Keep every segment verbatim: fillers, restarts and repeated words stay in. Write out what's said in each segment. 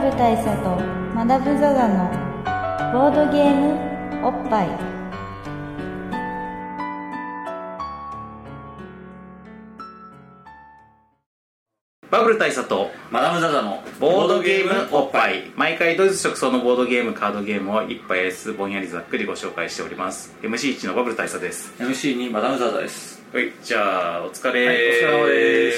ル大佐とマダム・ザ・ザのボードゲームおっぱい。 バブル大佐とマダム・ザ・ザのボードゲームおっぱい。毎回ドイツ直送のボードゲームカードゲームを一杯やすぼんやりざっくりご紹介しております。 エムシーいち のバブル大佐です。 エムシーに マダム・ザ・ザです。 はい、じゃあお疲れ、 はい、お疲れ様です。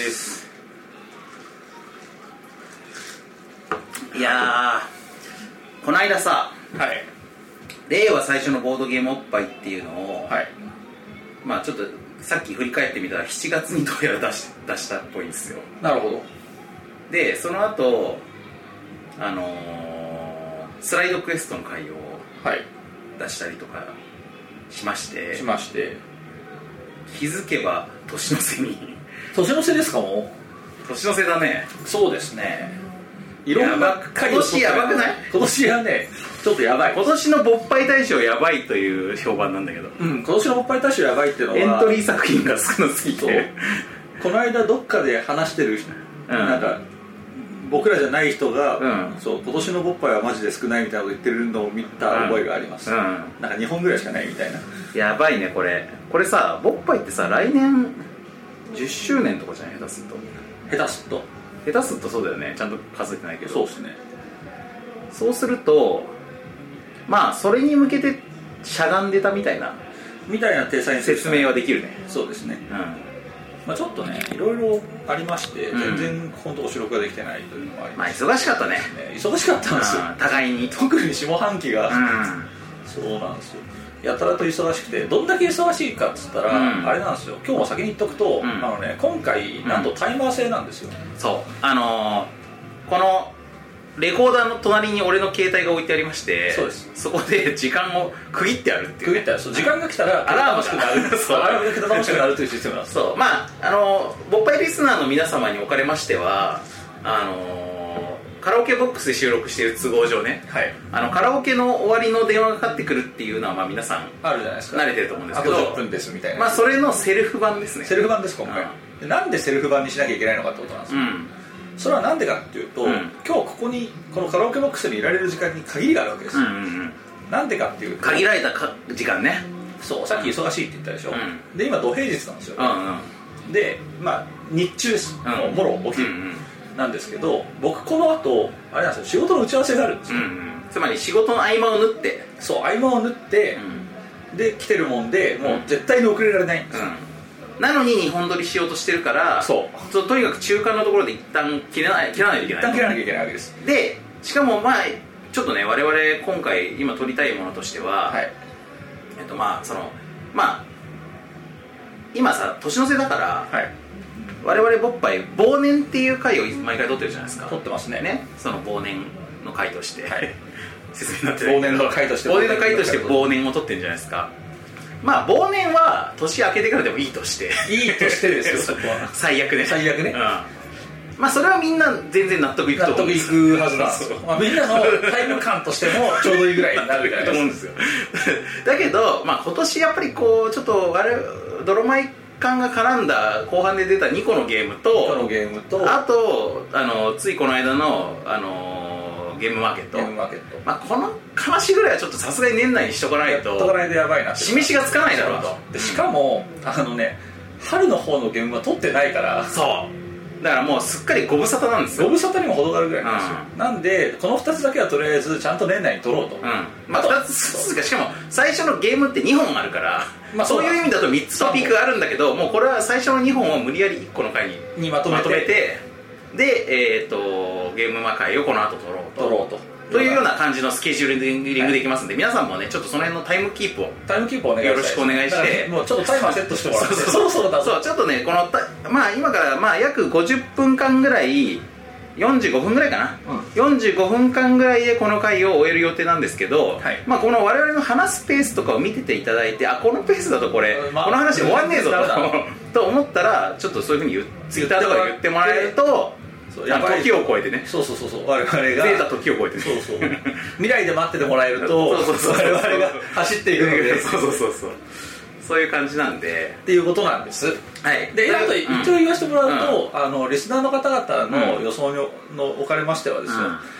いやー、この間さ、 はい、 令和最初のボードゲームおっぱいっていうのを、 はい、 まあちょっとさっき振り返ってみたらしちがつにどうやら出し、出したっぽいんですよ。 なるほど。 でその後あのー、スライドクエストの回を出したりとかしまして、はい、 しまして気づけば年の瀬に年の瀬ですか？もう年の瀬だね。 そうですね。いろんな回を今年やばくない？ 今年はねちょっとやばい。 今年の勃発大賞やばいという評判なんだけど、 うん、今年の勃発大賞やばいっていうのはエントリー作品が少なすぎてこの間どっかで話してる、うん、なんか僕らじゃない人が、うん、そう今年の勃発はマジで少ないみたいなこと言ってるのを見た覚えがあります、うんうん、なんかにほんぐらいしかないみたいな。 やばいねこれ。これさ、勃発ってさ来年じゅっしゅうねんとかじゃない？下手すると下手すると下手するとそうだよね。ちゃんと数えてないけど。 そうですね。 そうするとまあそれに向けてしゃがんでたみたいなみたいな体裁に説明はできるね。 そうですね、 うん。 まあ、ちょっとねいろいろありまして、うん、全然本当お収録ができてないというのもあります、 まあ、忙しかったね。 忙しかったんですよ、 互いに。 特に下半期が、うん、そうなんですよ。やたらと忙しくて、どんだけ忙しいかっつったら、うん、あれなんですよ。今日も先に言っとくと、うん、あのね、今回なんとタイマー制なんですよ、 うん、そうあのー、このレコーダーの隣に俺の携帯が置いてありまして、 そうです。 そこで時間を区切ってあるっていう、ね、 区切ってある。そう、時間が来たらアラームが鳴るそう、アラームがけた楽しくなるというシステムなんです。 そう、まああのー、勃発リスナーの皆様におかれましてはあのー、カラオケボックスで収録している都合上ね、はい、あのカラオケの終わりの電話がかかってくるっていうのはまあ皆さんあるじゃないですか。 慣れてると思うんですけど、 あとじゅっぷんですみたいな。 まあそれのセルフ版ですね。 セルフ版です今回、うん、なんでセルフ版にしなきゃいけないのかってことなんですよ、うん。それはなんでかっていうと、うん、今日ここにこのカラオケボックスにいられる時間に限りがあるわけですよ、うんうんうん、なんでかっていうと限られたか時間ね。 そう、さっき忙しいって言ったでしょ、うん、で今土平日なんですよ、 うんうん、 でまあ日中です、うん、もろお昼なんですけど、僕この後あれなんですよ、仕事の打ち合わせがあるんですよ、うんうん、 つまり仕事の合間を縫って、 そう合間を縫って、うん、で来てるもんでもう絶対に遅れられないんですよ、 うん、なのににほん撮りしようとしてるから、 そうとにかく中間のところで一旦切らない切らないといけない。 一旦切らなきゃいけないわけです。 でしかもまあちょっとね、我々今回今撮りたいものとしては、はい、えっとまあそのまあ今さ年の瀬だから、はい、我々勃発忘年っていう回を毎回撮ってるじゃないですか。 撮ってますね。 ね、その忘年の回として、はい、説明になってる。忘年の回として忘年の回として忘年を撮ってるんじゃないですか。まあ忘年は年明けてからでもいいとしていいとしてですよそこは最悪ね。 最悪ね、うん、 まあそれはみんな全然納得いくと思うんです。 納得いくはずなんですよまあみんなのタイム感としてもちょうどいいぐらいになると思うんですよだけど、まあ、今年やっぱりこうちょっとあれ泥米感が絡んだ後半で出たにこのゲームとにこのゲームとあとあのついこの間のあのゲームマーケット、 ゲームマーケット、 まあ、この話ぐらいはちょっとさすがに年内にしとかないとやっとかないとやばいなって示しがつかないだろうと。 でしかもあのね春の方のゲームは取ってないから、 そうだからもうすっかりご無沙汰なんですよ。 ご無沙汰にも程があるぐらいなんですよ、うん、なんでこのふたつだけはとりあえずちゃんと年内に取ろうと、うん、 まあふたつずつか、しかも最初のゲームってにほんあるから、まあ、そういう意味だとみっつトピックがあるんだけど、もうこれは最初のにほんを無理やりいっこの回ににまとめ て, まとめてで、えー、とゲームマ回をこの後取ろうと取ろうとというような感じのスケジューリングできますんで、はい、皆さんもねちょっとその辺のタイムキープをタイムキープをお願いしよろしくお願いしてもうちょっとタイマーセットしてもらってそろそろだそうちょっとねこのまあ今からまあ約ごじゅっぷんかんぐらいよんじゅうごふんぐらいかな、うん、よんじゅうごふんかんぐらいでこの回を終える予定なんですけど、はい、まあこの我々の話すペースとかを見てていただいて、あこのペースだとこれ、まあ、この話終わんねえぞとと思ったらちょっとそういうふうにツイッターとかで言ってもらえるとそうや時を超えてね、 そうそうそうそう我々がゼータ時を超えてね、 そうそう未来で待っててもらえるとそうそうそう我々が走っていくのでそうそうそうそうそういう感じなんでっていうことなんです。はい、であと一応言わせてもらうと、うん、あのリスナーの方々の予想にの置かれましてはですよ、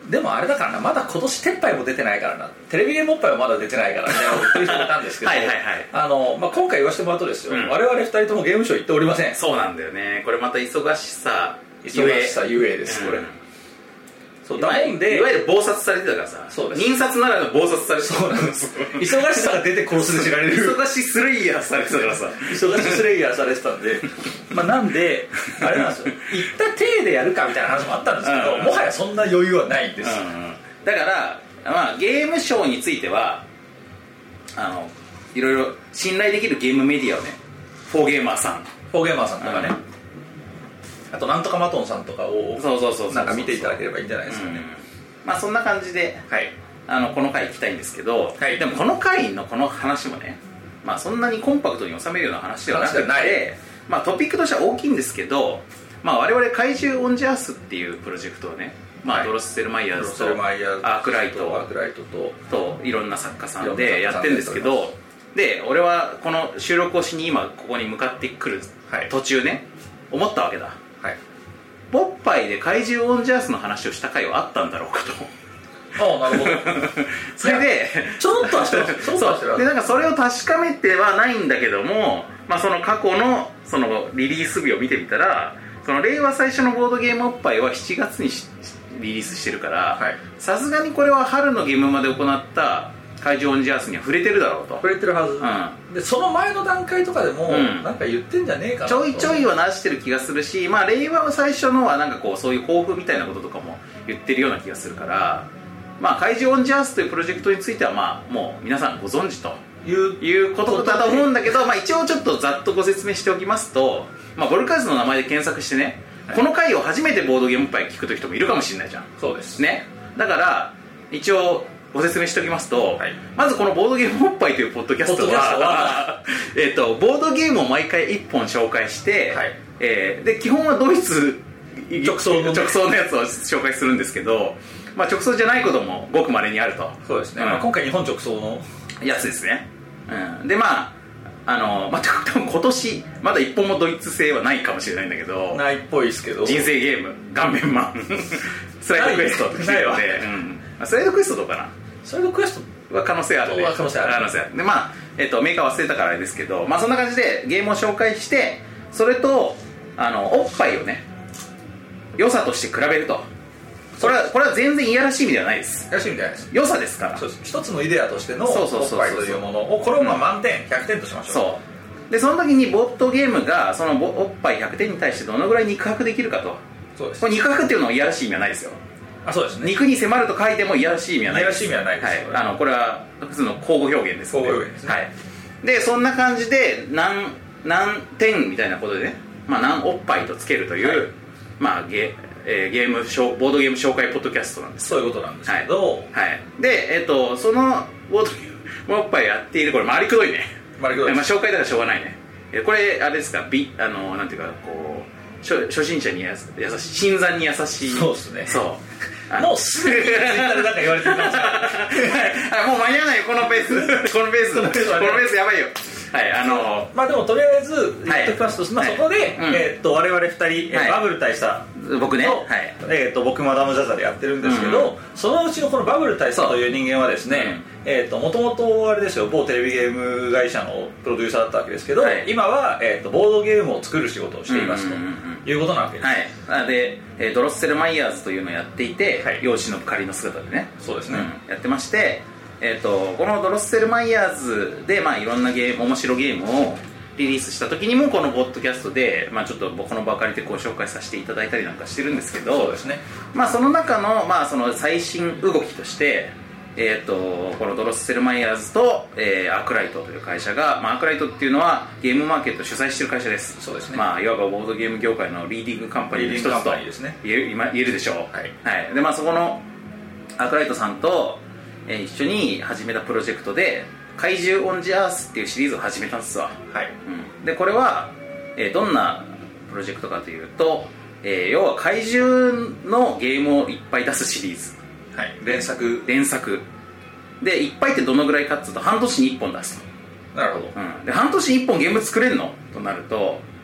でもあれだからな、まだ今年撤廃も出てないからな、テレビゲームおっぱいはまだ出てないからねという人がいたんですけどはいはい、はい、あの、まあ、今回言わせてもらうとですよ、うん、我々ふたりともゲームショー行っておりません。 そうなんだよね、これまた忙しさ忙しさゆえです、これ、うん、そうだもんでいわゆる忙殺されてたからさ、 そうです、 認殺ならぬ忙殺されてた。 そうなんです忙しさが出て殺すで知られる忙しスレイヤーされてたからさ忙しスレイヤーされてたんでまあなんであれなんですよ、行った体でやるかみたいな話もあったんですけど、うん、もはやそんな余裕はないんです、うんうん、 だからまあゲームショーについてはあのいろいろ信頼できるゲームメディアをね、フォーゲーマーさんフォーゲーマーさんとかね、うん、あとなんとかマトンさんとかをなんか見ていただければいいんじゃないですかね、うん、 まあそんな感じで、はい、あのこの回行きたいんですけど、はい、でもこの回のこの話もね、まあそんなにコンパクトに収めるような話ではなくて、まあトピックとしては大きいんですけど、まあ我々怪獣オンジャースっていうプロジェクトをね、まあ、はい、ドロッセルマイヤーズとアークライトといろんな作家さんでやってるんですけど、で俺はこの収録をしに今ここに向かってくる途中ね、思ったわけだ、はい、ポッパイで怪獣オンジャースの話をした回はあったんだろうかと。 ああ、なるほどそれでちょっとはしてますそうで、なんかそれを確かめてはないんだけども、まあ、その過去のそのリリース日を見てみたら、その令和最初のボードゲームおっぱいはしちがつにリリースしてるから、さすがにこれは春のゲームまで行った怪獣オンジャースには触れてるだろうと。 触れてるはず、うん、でその前の段階とかでも、うん、なんか言ってんじゃねえかなちょいちょいは出してる気がするし、まあ令和の最初のはなんかこうそういう抱負みたいなこととかも言ってるような気がするから、まあ怪獣オンジャースというプロジェクトについてはまあもう皆さんご存知という、いうことだと思うんだけど、まあ一応ちょっとざっとご説明しておきますと、まあボルカーズの名前で検索してね、はい、この回を初めてボードゲームおっぱい聞くという人もいるかもしれないじゃん。 そうですね。だから一応ご説明しておきますと、はい、まずこのボードゲームおっぱいというポッドキャストはえっとボードゲームを毎回いっぽん紹介して、はい、えー、で基本はドイツ直送の、 直送のやつを紹介するんですけど、まあ、直送じゃないこともごく稀にあると。 そうですね、うん、まあ、今回日本直送のやつですね、うん、でまああのまあ、多分今年まだ一本もドイツ製はないかもしれないんだけど、 ないっぽいですけど、 人生ゲーム顔面マンスライドクエストってないわで、うん、スライドクエストどうかな、 スライドクエストは可能性あるね。 可能性ある。 可能性ある。で、まあ、えっと、メーカー忘れたからあれですけど、まあそんな感じでゲームを紹介して、それと、あの、おっぱいをね、良さとして比べると。これは、これは全然いやらしい意味ではないです。 いやらしい意味ではないです。 良さですから。 そうです。一つのイデアとしてのおっぱいというものを、これをまあ満点、ひゃくてんとしましょう。 そう。で、その時にボットゲームが、そのおっぱいひゃくてんに対してどのぐらい肉薄できるかと。 そうです。 これ肉薄っていうのはいやらしい意味はないですよ。 あ、そうですね、 肉に迫ると書いてもいやらしい意味はないです。 いやらしい意味はないです、 はい、あのこれは普通の口語表現ですので、 口語表現ですね、はい、 でそんな感じで何何点みたいなことでね、まあ、何おっぱいとつけるという、はい、まあゲえー、ゲームボードゲーム紹介ポッドキャストなんです。 そういうことなんですけど、 はいはい、で、えー、とそのボードゲームおっぱいやっている、これ回りくどいね、 回りくどい、 まあ、紹介だからしょうがないね。これあれですか、ビあのなんていうかこう初, 初心者にや優しい、新参に優しい。 そうですね。 そうもうすぐツイッターでなんか言われてるかもしれないもう間に合わないよ、このペースこのペースこのペースやばいよ。はい、あのー、まあでもとりあえず言っておきますと、まあ、そこで、はい、えー、っと我々ふたり、はい、バブル大佐僕ね、はい、 えー、っと僕マダム・ザ・ザでやってるんですけど、うん、そのうちのこのバブル大佐という人間はですね、もともとあれですよ、某テレビゲーム会社のプロデューサーだったわけですけど、はい、今は、えー、っとボードゲームを作る仕事をしていますということなわけです、 はい、で、えー、ドロッセルマイヤーズというのをやっていて、はい、容姿の仮の姿でね、 そうですね、 うん、やってまして、えー、とこのドロッセルマイヤーズで、まあ、いろんなゲーム面白ゲームをリリースした時にもこのポッドキャストで、まあ、ちょっと僕の場を借りてご紹介させていただいたりなんかしてるんですけど、 そうですね、 まあ、その中の、まあ、その最新動きとして、えー、とこのドロッセルマイヤーズと、えー、アークライトという会社が、まあ、アークライトっていうのはゲームマーケットを主催している会社です。 そうですね、 まあ、いわばボードゲーム業界のリーディングカンパニーの一つと言える、言えるでしょう、 はいはい、で、まあ、そこのアークライトさんとえー、一緒に始めたプロジェクトで怪獣オンジアースっていうシリーズを始めたんですわ、 はい、 うん、でこれは、えー、どんなプロジェクトかというと、えー、要は怪獣のゲームをいっぱい出すシリーズ、 はい、連作連作でいっぱいってどのぐらいかっていうと半年にいっぽん出すと。 なるほど、 うん、で半年にいっぽんゲーム作れるのとなると、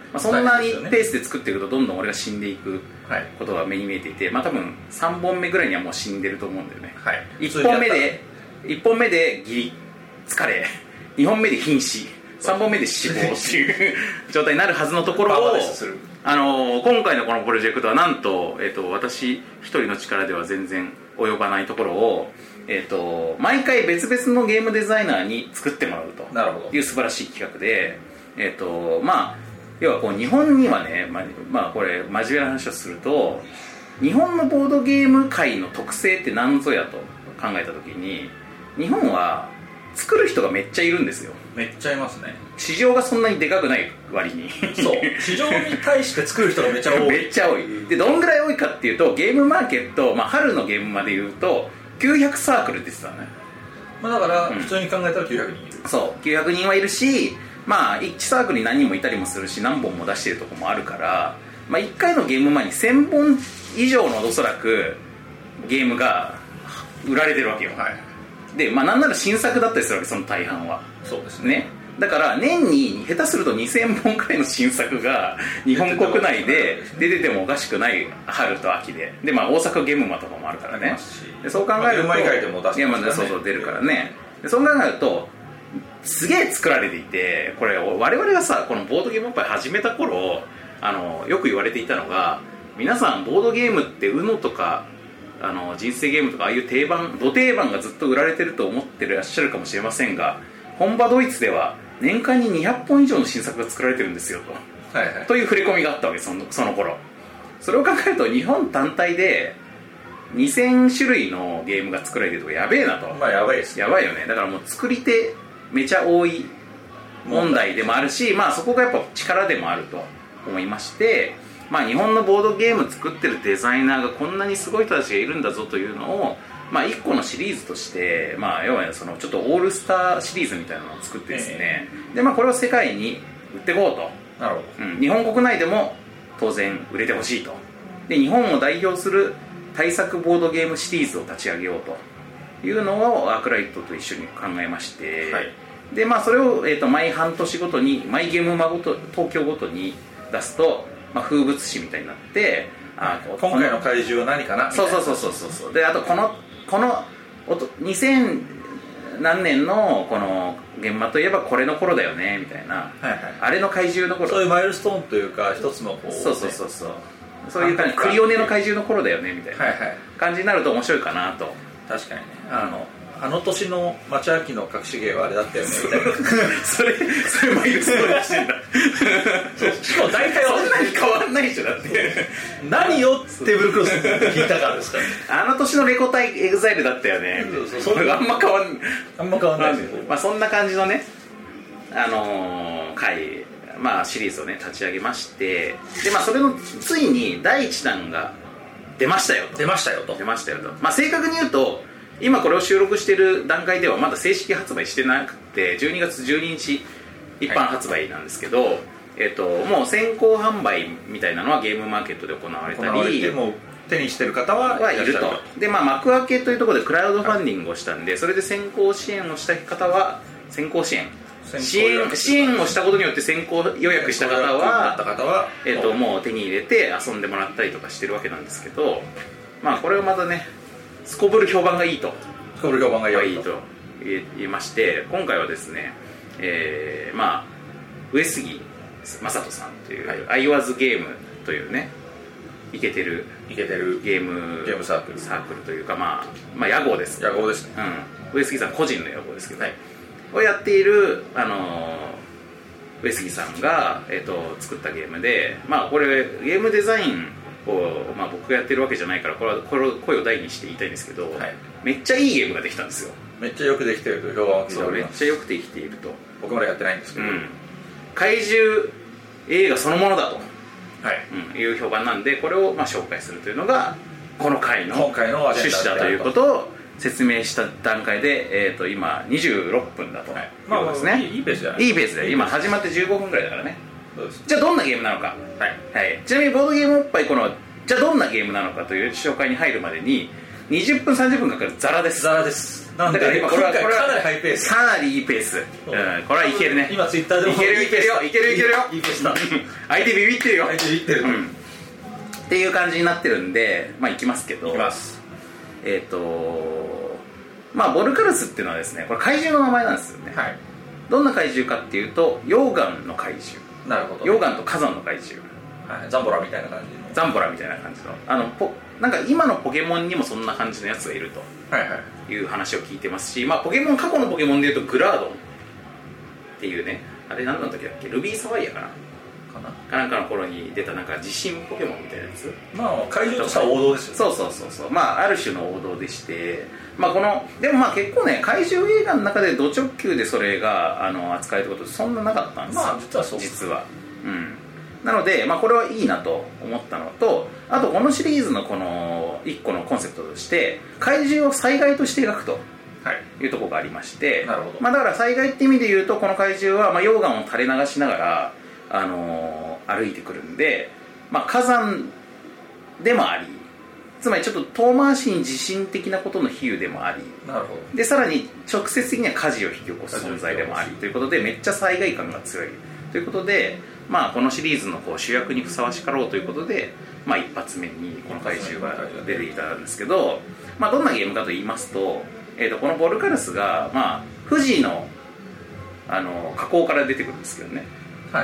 まあ、そんなにペースで作っていくとどんどん俺が死んでいくことが目に見えていて、まあ、多分さんぼんめぐらいにはもう死んでると思うんだよね、はい、いっぽんめでいっぽんめでギリ疲れにほんめで瀕死さんぼんめで死亡っていう状態になるはずのところをあの今回のこのプロジェクトはなんと、えー、と私一人の力では全然及ばないところを、えー、と毎回別々のゲームデザイナーに作ってもらうという素晴らしい企画で、えーとまあ、要はこう日本にはね、まあまあ、これ真面目な話をすると日本のボードゲーム界の特性って何ぞやと考えた時に日本は作る人がめっちゃいるんですよ。 めっちゃいますね。 市場がそんなにでかくない割にそう市場に対して作る人がめっちゃ多いめっちゃ多いでどんぐらい多いかっていうとゲームマーケット、まあ、春のゲームまで言うときゅうひゃくサークルって言ってたのね、 まあ、だから普通に考えたらきゅうひゃくにんいる、 うん、そうきゅうひゃくにんはいるし、まあいちサークルに何人もいたりもするし何本も出してるとこもあるから、まあ、いっかいのゲーム前にせんぼん以上のおそらくゲームが売られてるわけよ、はい、で、まあ、なんなら新作だったりするわけその大半は。 そうですね。 ねだから年に下手するとにせんぼんくらいの新作が日本国内で出ててもおかしくない春と秋でで、まあ、大阪ゲームマとかもあるからねでそう考えると、まあ、 ゲーム以外でも出してますからね。 そうそう出るからねでそう考えるとすげえ作られていてこれ我々がさこのボードゲームおっぱい始めた頃あのよく言われていたのが皆さんボードゲームって ウノ とかあの人生ゲームとかああいう定番ド定番がずっと売られてると思ってらっしゃるかもしれませんが本場ドイツでは年間ににひゃっぽん以上の新作が作られてるんですよと、はいはい、という触れ込みがあったわけその、その頃それを考えると日本単体でにせんしゅるいのゲームが作られてるとかやべえなと。 まあやばいですね。 やばいよね。だからもう作り手めちゃ多い問題でもあるし、まあそこがやっぱ力でもあると思いまして、まあ日本のボードゲーム作ってるデザイナーがこんなにすごい人たちがいるんだぞというのをまあいっこのシリーズとして、まあ要はそのちょっとオールスターシリーズみたいなのを作ってですね、えー、でまあこれを世界に売っていこうと。 なるほど。 うん、日本国内でも当然売れてほしいと。で日本を代表する対策ボードゲームシリーズを立ち上げようというのをアークライトと一緒に考えまして、はい、でまあそれを、えーと毎半年ごとに毎ゲームマごと東京ごとに出すと、まあ、風物詩みたいになって、 あ今回の怪獣は何かなみたいな。 そうそうそうそうそうであとこのこのにせん何年のこの現場といえばこれの頃だよねみたいな、はいはい、あれの怪獣の頃そういうマイルストーンというか一つのこう、ね、 そうそうそうそうそういう感じクリオネの怪獣の頃だよねみたいな感じになると面白いかなと。 確かにねあのあの年の町秋の隠し芸はあれだったよねみたいなそれそれマイルストーンにしてんだしかも大体そんなに変わんないでしょだって何をテーブルクロスって聞いたからですからあの年のレコ大エグザイルだったよねそれあんま変わんあんま変わんないですよ、 まあ、そんな感じのねあのー、回まあシリーズをね立ち上げましてでまあそれのついにだいいちだんが出ましたよと出ましたよと出ましたよとまあ正確に言うと今これを収録している段階ではまだ正式発売してなくてじゅうにがつじゅうににち一般発売なんですけど、はいえー、ともう先行販売みたいなのはゲームマーケットで行われたり行われても手にしてる方はいるとで、まあ、幕開けというところでクラウドファンディングをしたんで、はい、それで先行支援をした方は先行支援支援支援をしたことによって先行予約した方はえー、ともう手に入れて遊んでもらったりとかしてるわけなんですけど、まあこれをまたねすこぶる評判がいいとすこぶる評判がいいと言いまして今回はですね、えー、まあ上杉正人さんという、はい、アイワズゲームというねイケてるイケてるゲームゲームサークルサークルというかまあまあ屋号です屋号ですね、 うん、上杉さん個人の屋号ですけど、はい、をやっているあのー、上杉さんが、えー、と作ったゲームでまあこれゲームデザインを、まあ、僕がやってるわけじゃないからこれはこれ声を大にして言いたいんですけど、はい、めっちゃいいゲームができたんですよ。 めっちゃよくできてると評判を聞いております。 めっちゃよくできていると僕まだやってないんですけど、うん、 怪獣映画そのものだと、 はいうん、いう評判なんでこれをまあ紹介するというのがこの回の趣旨だということを説明した段階で、えー、と今にじゅうろっぷんだと、はい、 まあまあ、ね、いいペースじゃないいいペースで今始まってじゅうごふんぐらいだからね。 そうです。 じゃあどんなゲームなのか、はいはい、ちなみにボードゲームおっぱいこのじゃあどんなゲームなのかという紹介に入るまでににじゅっぷんさんじゅっぷんかかるザラです。 ザラですなんでだから今これは今回かなりハイペース、 かなりいいペース、うん、これはいけるね。 今ツイッターでもいけるいけるよいけるいけるよいいペースだ相手ビビってるよ相手ビビってる、 うん、っていう感じになってるんで、まあいきますけど、 いきます。 えっ、ー、とまあボルカルスっていうのはですね、これ怪獣の名前なんですよね、はい、どんな怪獣かっていうと溶岩の怪獣。 なるほど、 溶岩と火山の怪獣、 はい、ザンボラみたいな感じのザンボラみたいな感じのあのポなんか今のポケモンにもそんな感じのやつがいるという話を聞いてますし、まあ、ポケモン過去のポケモンでいうとグラードンっていうね、あれ何の時だっけ、ルビーサファイアかなかなかなんかの頃に出たなんか地震ポケモンみたいなやつ、 まあ怪獣としては王道ですよね。 そうそうそうそう、まあある種の王道でして、まあこのでもまあ結構ね怪獣映画の中でド直球でそれがあの扱えることそんななかったんですよ、 まあ実はそう実は、うん、なので、まあ、これはいいなと思ったのと、あとこのシリーズのこのいっこのコンセプトとして怪獣を災害として描くというところがありまして、 なるほど、 まあ、だから災害って意味で言うとこの怪獣はまあ溶岩を垂れ流しながら、あのー、歩いてくるんで、まあ、火山でもあり、つまりちょっと遠回しに地震的なことの比喩でもあり、 なるほど、 でさらに直接的には火事を引き起こす存在でもありということで、めっちゃ災害感が強いということで、まあ、このシリーズのこう主役にふさわしかろうということで、まあ、一発目にこの怪獣が出ていたんですけど、まあ、どんなゲームかと言いますと、えー、とこのボルカルスが、まあ、富士の、あの火口から出てくるんですけどね、はい、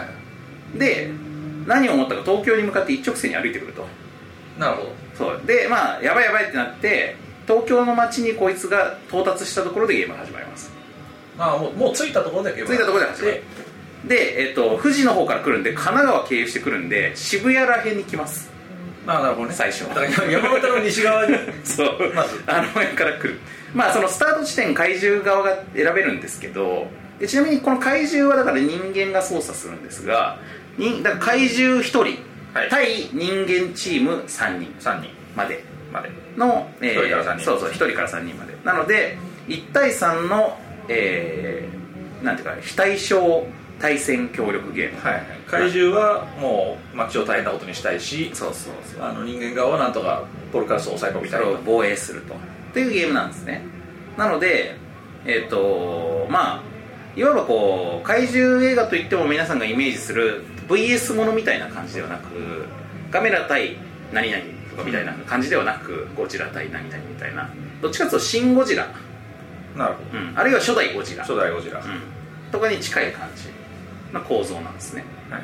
で何を思ったか東京に向かって一直線に歩いてくると。 なるほど。 そうで、まあ、やばいやばいってなって東京の街にこいつが到達したところでゲームが始まります。 ああ、もう、もう着いたところでゲーム着いたところで始まる。で、えっと、富士の方から来るんで神奈川経由してくるんで渋谷らへんに来ます。 ああ、なるほどね。 最初だから山形の西側にそうまずあの辺から来る。まあそのスタート地点怪獣側が選べるんですけど、でちなみにこの怪獣はだから人間が操作するんですが、にだから怪獣ひとり、はい、対人間チームさんにんさんにんまでまでの、 えー、ひとりからさんにん、 そうそうひとりからさんにんまでなのでいち対さんの、えー、なんていうか非対称対戦協力ゲーム、 はい、怪獣はもう街を大変なことにしたいし、 そうそうそう、 あの人間側はなんとかボルカルスを抑え込みたい、 それを防衛するとというゲームなんですね。なのでえっ、ー、とまあいわばこう怪獣映画といっても皆さんがイメージする ブイエス ものみたいな感じではなく、ガメラ対何々とかみたいな感じではなく、ゴジラ対何々みたいな、どっちかというとシン・ゴジラ、 なるほど、 うん、あるいは初代ゴジラ初代ゴジラ、うん、 とかに近い感じの構造なんですね、はい、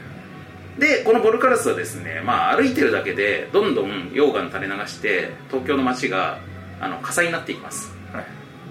でこのボルカルスはですね、まあ、歩いてるだけでどんどん溶岩垂れ流して東京の街があの火災になっていきます、はい、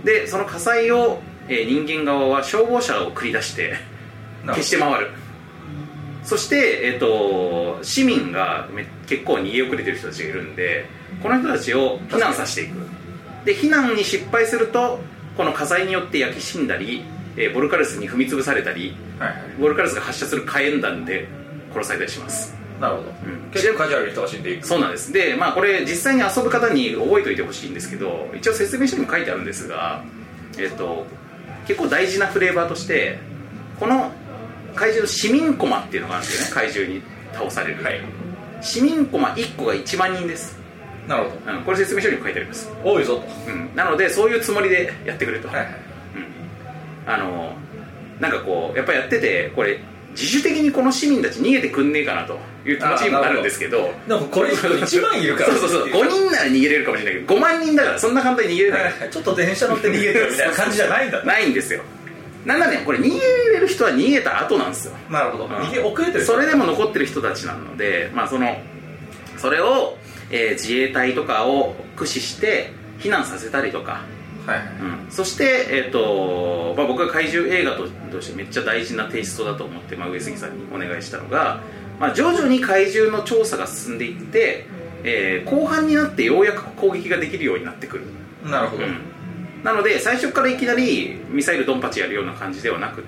でその火災を、えー、人間側は消防車を繰り出して消して回る。そして、えー、と市民が結構逃げ遅れてる人たちがいるんで、この人たちを避難させていく。で避難に失敗するとこの火災によって焼き死んだり、えー、ボルカルスに踏み潰されたり、はいはい、ボルカルスが発射する火炎弾で殺されたりします。 なるほど、うん、結構カジュアルに人が死んでいく。 そうなんです。で、まあ、これ実際に遊ぶ方に覚えておいてほしいんですけど、一応説明書にも書いてあるんですが、えー、と結構大事なフレーバーとしてこの怪獣の市民コマっていうのがあるんですよね。怪獣に倒される、はい、市民コマいっこがいちまんにんです。 なるほど、 うん、これ説明書にも書いてあります。 多いぞと、 うん、なのでそういうつもりでやってくれと、はいはい、うん、あのなんかこうやっぱやっててこれ自主的にこの市民たち逃げてくんねえかなという気持ちにもなるんですけど、 でもこれいちまんいるからそうそうそう、ごにんなら逃げれるかもしれないけどごまんにんだからそんな簡単に逃げれない、はいはい、 ちょっと電車乗って逃げてるみたいな感じじゃないんだ、ね、 ないんですよ。なんだね、これ逃げれる人は逃げた後なんですよ。 なるほど、うん、逃げ遅れてる。 それでも残ってる人たちなので、まあ、そのそれを、えー、自衛隊とかを駆使して避難させたりとか、はい、うん、そして、えーとまあ、僕が怪獣映画としてめっちゃ大事なテイストだと思って、まあ、上杉さんにお願いしたのが、まあ、徐々に怪獣の調査が進んでいって、えー、後半になってようやく攻撃ができるようになってくる。 なるほど、うん、 なので最初からいきなりミサイルドンパチやるような感じではなくって、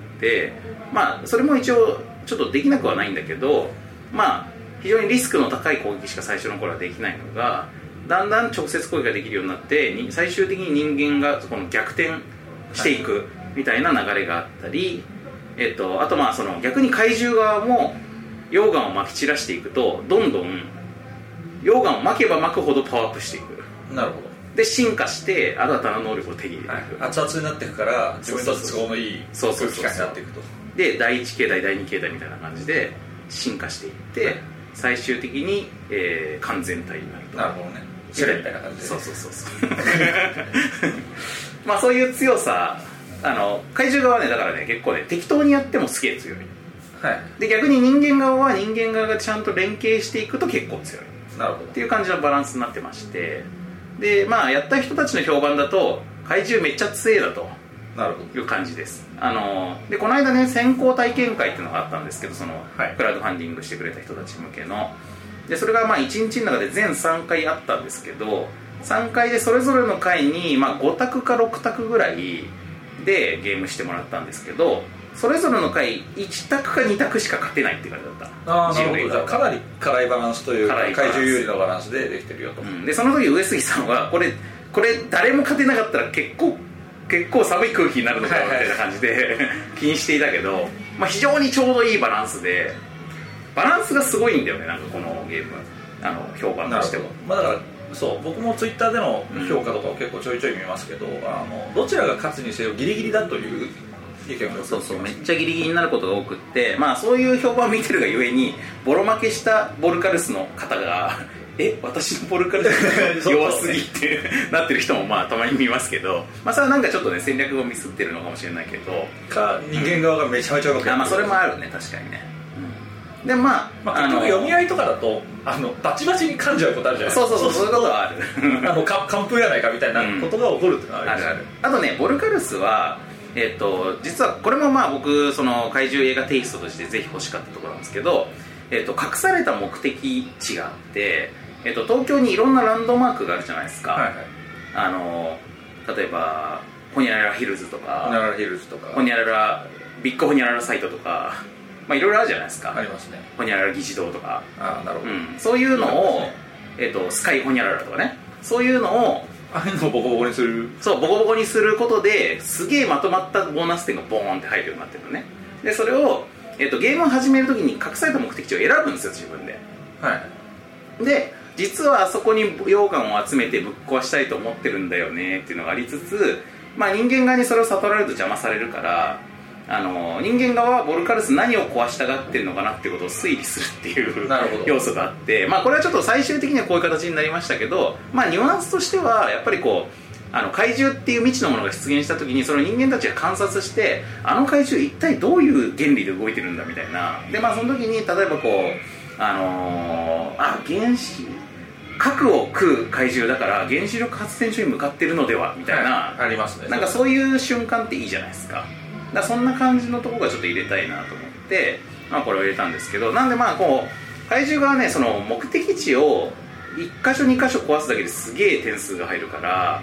まあ、それも一応ちょっとできなくはないんだけど、まあ、非常にリスクの高い攻撃しか最初の頃はできないのが、だんだん直接攻撃ができるようになって最終的に人間がこの逆転していくみたいな流れがあったり、えっと、あとまあその逆に怪獣側も溶岩をまき散らしていくとどんどん溶岩をまけばまくほどパワーアップしていく。 なるほど。 で進化して新たな能力を手に入れていく、 はい、熱々になっていくから自分にとって都合のいい空気感になっていくと。 でだいいち形態だいに形態みたいな感じで進化していって、はい、最終的に、えー、完全体になると。 なるほどね、シェレみたいな感じで、 そうそうそうそうまあそういう強さ、あの怪獣側はねだからね結構ね適当にやってもすげえ強い、はい、で逆に人間側は人間側がちゃんと連携していくと結構強い、 なるほどっていう感じのバランスになってまして、でまあやった人たちの評判だと怪獣めっちゃ強えだという感じです。あのでこの間ね先行体験会っていうのがあったんですけど、その、はい、クラウドファンディングしてくれた人たち向けので、それがまあいちにちの中で全さんかいあったんですけど、さんかいでそれぞれの回にまあご択かろく択ぐらいでゲームしてもらったんですけど、それぞれの回いち択かに択しか勝てないって感じだった。 ああなるほど、じゃあかなり辛いバランスというか怪獣有利のバランスでできてるよと、うん、でその時上杉さんはこれこれ誰も勝てなかったら結構結構寒い空気になるのかみたいな感じで気にしていたけど、まあ、非常にちょうどいいバランスで、バランスがすごいんだよね、なんかこのゲームあの評判としては。 まあ、だからそう僕もツイッターでの評価とかを結構ちょいちょい見ますけど、うん、あのどちらが勝つにせよギリギリだという意見が、 そうそうめっちゃギリギリになることが多くって、まあそういう評判を見てるがゆえにボロ負けしたボルカルスの方がえ私のボルカルス弱すぎってなってる人もまあたまに見ますけど、まあそれはなんかちょっとね戦略をミスってるのかもしれないけど、 か人間側がめちゃめちゃうまくやってる、 まあそれもあるね、確かにね。でまあ、 まあ、結局読み合いとかだとあのバチバチに噛んじゃうことあるじゃないですか。 そうそうそう、そういうことはあるあのか完封やないかみたいなことが起こるっていうのはある、 うん、あるある。あとねボルカルスはえー、と実はこれもまあ僕その怪獣映画テイストとしてぜひ欲しかったところなんですけど、えー、と隠された目的地があって、えー、と東京にいろんなランドマークがあるじゃないですか、はいはい、あの例えばホニャララヒルズとかホニャララヒルズとかホニャララビッグホニャララサイトとか、まあ、いろいろあるじゃないですか。 ありますね。 ホニャララ議事堂とか、 あなるほど、 うん、そういうのを、ねえー、とスカイホニャララとかね、そういうのをああいうのをボコボコにする、 そうボコボコにすることですげえまとまったボーナス点がボーンって入るようになってるのね。でそれを、えー、とゲームを始めるときに隠された目的地を選ぶんですよ自分で。はいで実はあそこに溶岩を集めてぶっ壊したいと思ってるんだよねっていうのがありつつ、まあ、人間側にそれを悟られると邪魔されるから、あの人間側はボルカルス何を壊したがってるのかなっていうことを推理するっていう要素があって、まあ、これはちょっと最終的にはこういう形になりましたけど、まあ、ニュアンスとしてはやっぱりこうあの怪獣っていう未知のものが出現した時にその人間たちが観察してあの怪獣一体どういう原理で動いてるんだみたいな。で、まあ、その時に例えばこうあのー、あ原子核を食う怪獣だから原子力発電所に向かってるのではみたいな、 はい、ありますね。 なんかそういう瞬間っていいじゃないですか。だそんな感じのところがちょっと入れたいなと思って、まあ、これを入れたんですけど、なんでまあこう怪獣がねその目的地をいっ箇所に箇所壊すだけですげえ点数が入るから、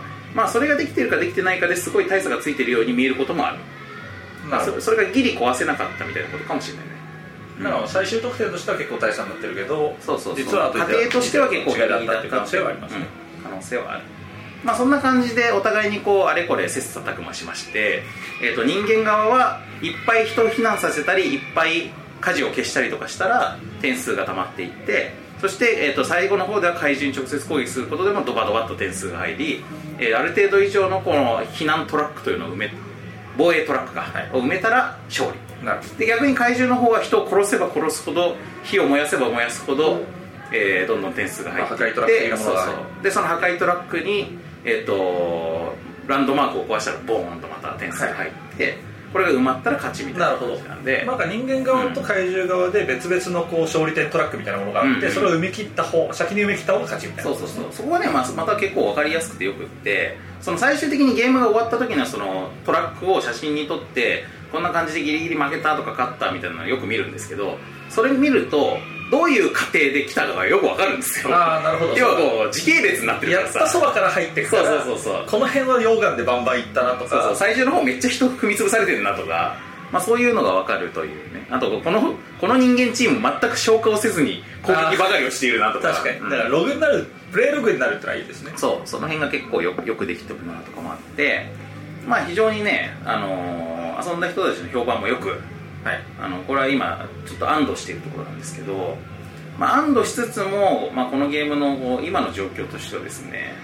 まあ、それができてるかできてないかですごい大差がついてるように見えることもある。まあ、そ, それがギリ壊せなかったみたいなことかもしれないね。 だから最終得点としては結構大差になってるけど、 そうそうそう実は過程としては結構違いだったっていう可能性はありますね、 うん、可能性はある。まあ、そんな感じでお互いにこうあれこれ切磋琢磨しまして、えー、と人間側はいっぱい人を避難させたりいっぱい火事を消したりとかしたら点数が溜まっていって、そして、えー、と最後の方では怪獣に直接攻撃することでもドバドバっと点数が入り、えー、ある程度以上のこの避難トラックというのを埋め防衛トラックか、はい、を埋めたら勝利。なるで逆に怪獣の方は人を殺せば殺すほど火を燃やせば燃やすほど、えー、どんどん点数が入っていって、破壊トラック的なものがそうそうでその破壊トラックに、えー、とランドマークを壊したらボーンとまた点数が入って、はい、これが埋まったら勝ちみたいな感じなんで、 なんか人間側と怪獣側で別々のこう勝利点トラックみたいなものがあって、うん、それを埋め切った方先に埋め切った方が勝ちみたいな。 そうそうそう、そこはね、まあ、また結構分かりやすくてよくって、その最終的にゲームが終わった時のそのトラックを写真に撮ってこんな感じでギリギリ負けたとか勝ったみたいなのをよく見るんですけど、それ見るとどういう過程で来たかがよく分かるんですよ。 ああなるほど。 要はこう時系列になってるからさ、 やったそばから入ってくから、 そうそうそうそう、 この辺は溶岩でバンバンいったなとか、 そうそう最終の方めっちゃ人踏み潰されてるなとか、まあ、そういうのが分かるというね。あとこのこの人間チーム全く消化をせずに攻撃ばかりをしているなとか。 確かに、だからログになる、プレイログになるってのはいいですね。 そう、その辺が結構よく、よくできてるなとかもあって、まあ非常にね、あのー、遊んだ人たちの評判もよく、はい、あのこれは今ちょっと安堵しているところなんですけど、まあ、安堵しつつも、まあ、このゲームの今の状況としてはですね、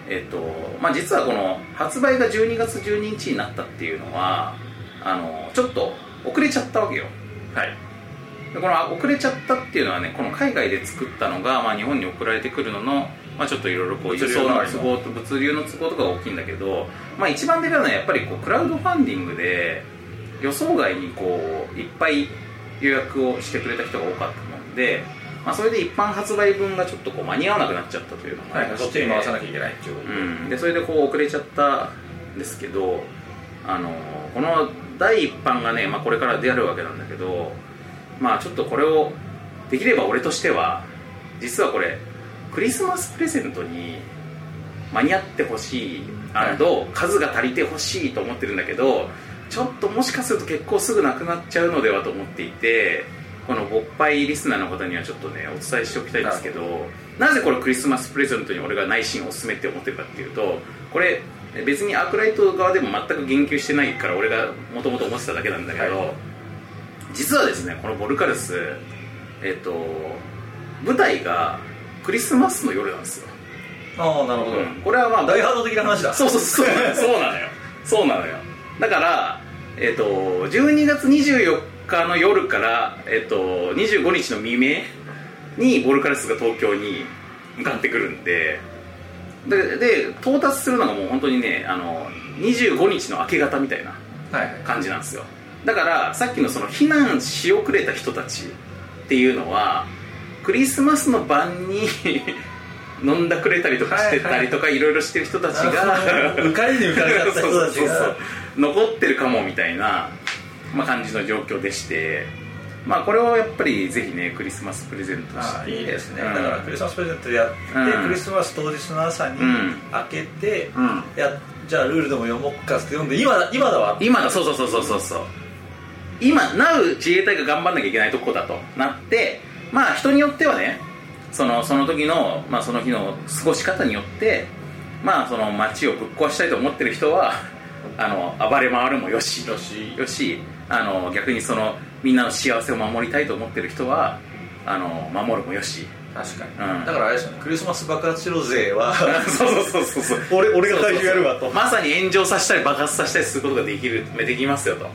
えっとまあ、実はこの発売がじゅうにがつじゅうににちになったっていうのはあのちょっと遅れちゃったわけよ。はい。でこの遅れちゃったっていうのはね、この海外で作ったのが、まあ、日本に送られてくるのの、まあ、ちょっといろいろこう輸送の都合と物流の都合とかが大きいんだけど、まあ、一番でかいのはやっぱりこうクラウドファンディングで予想外にこういっぱい予約をしてくれた人が多かったもんで、まあ、それで一般発売分がちょっとこう間に合わなくなっちゃったというのもありまして、 はい、そっちに回さなきゃいけないっていうことで、 うん、でそれでこう遅れちゃったんですけど、あのこの第一版がね、まあ、これから出るわけなんだけど、まあちょっとこれをできれば俺としては実はこれクリスマスプレゼントに間に合ってほしい、はい、数が足りてほしいと思ってるんだけど、ちょっともしかすると結構すぐなくなっちゃうのではと思っていて、この勃発リスナーの方にはちょっとねお伝えしておきたいんですけど、なぜこれクリスマスプレゼントに俺が内心おすすめって思ってるかっていうと、これ別にアークライト側でも全く言及してないから俺がもともと思ってただけなんだけど、はい、実はですねこのボルカルス、えっと舞台がクリスマスの夜なんですよ。 ああなるほど、うん、 これはまあ大ハード的な話だ。 そうそうそうそうなのよそうなのよ。だからえっとじゅうにがつにじゅうよっかの夜から、えっと、にじゅうごにちの未明にボルカルスが東京に向かってくるんで、で, で到達するのがもう本当にねあのにじゅうごにちの明け方みたいな感じなんですよ。だからさっきのその避難し遅れた人たちっていうのはクリスマスの晩に飲んだくれたりとかしてたりとかいろいろしてる人たちが浮かれに浮かれちゃった人たちがそうそうそう残ってるかもみたいな、まあ、感じの状況でして、まあ、これをやっぱりぜひねクリスマスプレゼントして、 いいですね、うん、だからクリスマスプレゼントやって、うん、クリスマス当日の朝に開けて、うん、やじゃあルールでも読もうかって読んで今だ今だわ今だそうそうそうそうそうそう今なう自衛隊が頑張んなきゃいけないとこだとなって、まあ人によってはねそのその時の、まあ、その日の過ごし方によってまあその街をぶっ壊したいと思ってる人はあの暴れ回るもよしよしよしあの逆にそのみんなの幸せを守りたいと思ってる人はあの守るもよし。 確かに、うん、だからあれですよね、クリスマス爆発しろ勢はそうそうそうそう俺, 俺が怪獣やるわとまさに炎上させたり爆発させたりすることができるできますよと、うん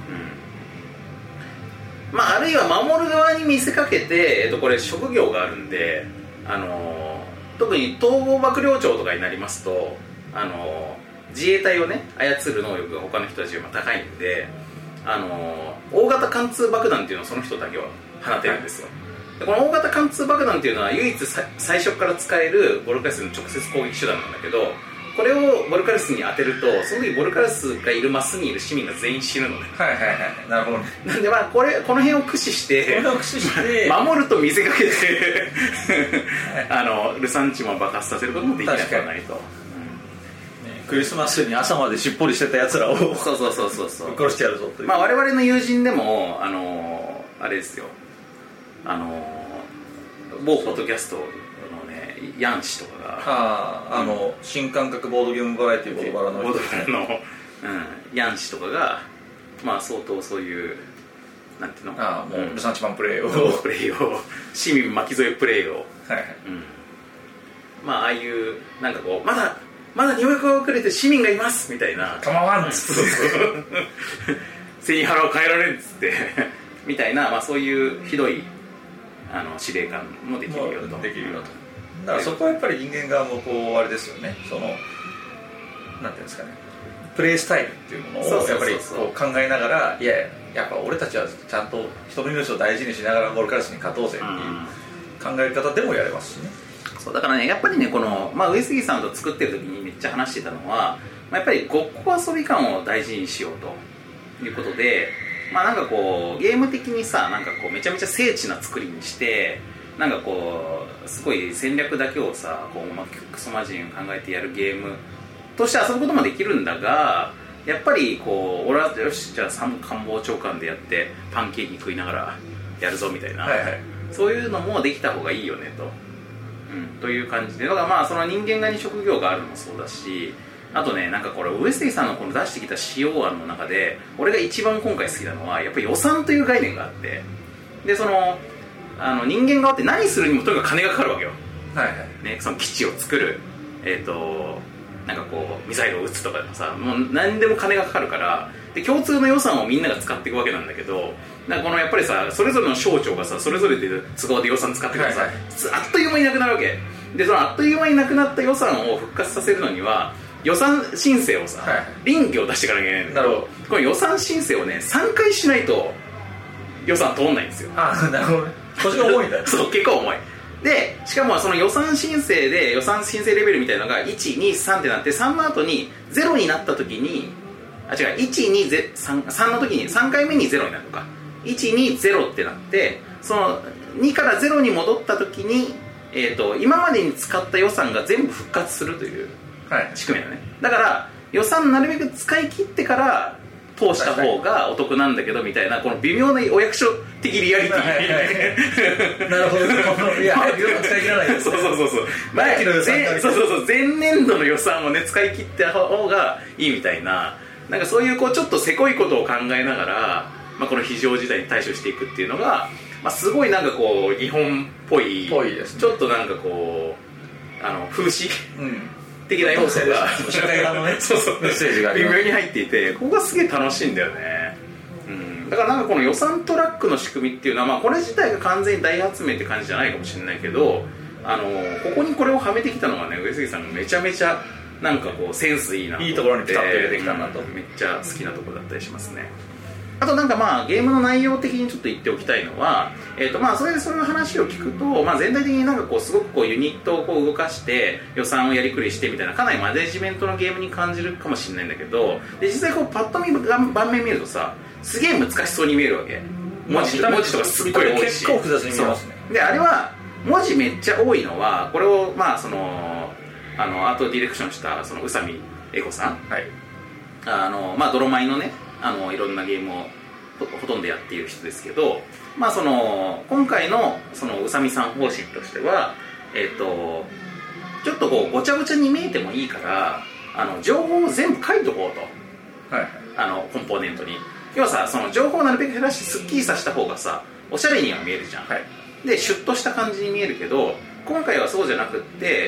まあ、あるいは守る側に見せかけて、えっと、これ職業があるんで、あのー、特に統合幕僚長とかになりますと、あのー、自衛隊をね操る能力が他の人たちよりも高いんで、あのー、大型貫通爆弾っていうのをその人だけは放てるんですよ。でこの大型貫通爆弾っていうのは唯一最初から使えるボルカルスの直接攻撃手段なんだけど、これをボルカルスに当てるとその時ボルカルスがいるマスにいる市民が全員死ぬのね。 はいはいはい、なるほどね。 なんでまあこれこの辺を駆使してこれを駆使して守ると見せかけてあのルサンチも爆発させることもできなくはないと、うんね、 クリスマスに朝までしっぽりしてたやつらをそうそうそうそうそう殺してやるぞという。 まあ我々の友人でもあのあれですよ、あの某ポッドキャストのねヤン氏とかがはあ、あの、うん、新感覚ボードゲームバラエティーボードバラのボードバラの、うん、ヤン氏とかがまあ相当そういうなんていうのああもう、うん、ルサンチマンプレイをプレイを市民巻き添えプレイをはい、はいうん、まあああいうなんかこうまだまだ入学が遅れて市民がいますみたいな構わんっつって背に腹を変えられんっつってみたいな、まあ、そういうひどいあの司令官もできるよとできるよと。だからそこはやっぱり人間側もこうあれですよね、そのなんていうんですかね、プレイスタイルっていうものをやっぱりこう考えながら、いややっぱ俺たちはちゃんと人の命を大事にしながらボルカルスに勝とうぜっていう考え方でもやれますしね。 そうだからねやっぱりねこの、まあ、上杉さんと作ってる時にめっちゃ話してたのは、まあ、やっぱりごっこ遊び感を大事にしようということで、まあなんかこうゲーム的にさなんかこうめちゃめちゃ精緻な作りにしてなんかこうすごい戦略だけをさこう、まあ、クソマジン考えてやるゲームとして遊ぶこともできるんだが、やっぱりこう俺はよしじゃあ参官房長官でやってパンケーキ食いながらやるぞみたいな、はいはい、そういうのもできた方がいいよねと、うん、という感じで、だからまあその人間側に職業があるのもそうだし、あとねなんかこれ上杉さんのこの出してきた使用案の中で俺が一番今回好きなのはやっぱり予算という概念があって、でそのあの人間側って何するにもとにかく金がかかるわけよ、はいはいね、その基地を作る、 えっ、ー、となんかこうミサイルを撃つとかでもさ、もう何でも金がかかるから、で共通の予算をみんなが使っていくわけなんだけど、なんかこのやっぱりさ、それぞれの省庁がさ、それぞれで都合で予算使ってからさ、はいはい、あっという間になくなるわけで、そのあっという間になくなった予算を復活させるのには予算申請をさ、はい、臨機を出していかなきゃいけないんだけど、この予算申請をねさんかいしないと予算通んないんですよ。 あ、なるほどね。腰が重いんだそう、結構重いで、しかもその予算申請で予算申請レベルみたいなのがいち、に、さんってなって、さんの後にゼロになった時に、あ、違う、いち、に、さん、さんの時にさんかいめにゼロになるのか、いち、に、ゼロってなって、そのにからゼロに戻った時に、えーと、今までに使った予算が全部復活するという仕組みだね、はい、だから予算なるべく使い切ってから通した方がお得なんだけどみたいな、この微妙なお役所的リアリティ、はいはい、 なるほど。いや、予算使い切らないです。 そうそうそうそう、前の予算そうそうそう前年度の予算をね使い切った方がいいみたいな、なんかそういうこうちょっとせこいことを考えながら、まあ、この非常事態に対処していくっていうのが、まあ、すごいなんかこう日本っぽい、ぽいですね、ちょっとなんかこうあの風刺、うん的な要素が社会側のねそうそうメッセージが微妙に入っていて、ここがすげえ楽しいんだよね、うん、だからなんかこの予算トラックの仕組みっていうのは、まあ、これ自体が完全に大発明って感じじゃないかもしれないけど、あのここにこれをはめてきたのがね、上杉さんがめちゃめちゃなんかこうセンスいいなと思って、 いいところにピタッと入れてきたなと、 うん、めっちゃ好きなところだったりしますね。あとなんかまあゲームの内容的にちょっと言っておきたいのは、えーとまあそれでその話を聞くと、まあ、全体的になんかこうすごくこうユニットをこう動かして予算をやりくりしてみたいな、かなりマネジメントのゲームに感じるかもしれないんだけど、で実際こうパッと見盤面見るとさ、すげえ難しそうに見えるわけ。文字と文字とかすっごい多いし、 結構複雑に見えますね。 であれは文字めっちゃ多いのは、これをまあそのあのアートディレクションしたその宇佐美恵子さん、はい、あのまあ泥米のね、あのいろんなゲームをほとんどやっている人ですけど、まあ、その今回のその宇佐美さん方針としては、えー、とちょっとこうごちゃごちゃに見えてもいいから、あの情報を全部書いとこうと、はい、あのコンポーネントに。要はさ、その情報をなるべく減らしてすっきりさせた方がさ、おしゃれには見えるじゃん、はい、でシュッとした感じに見えるけど、今回はそうじゃなくって、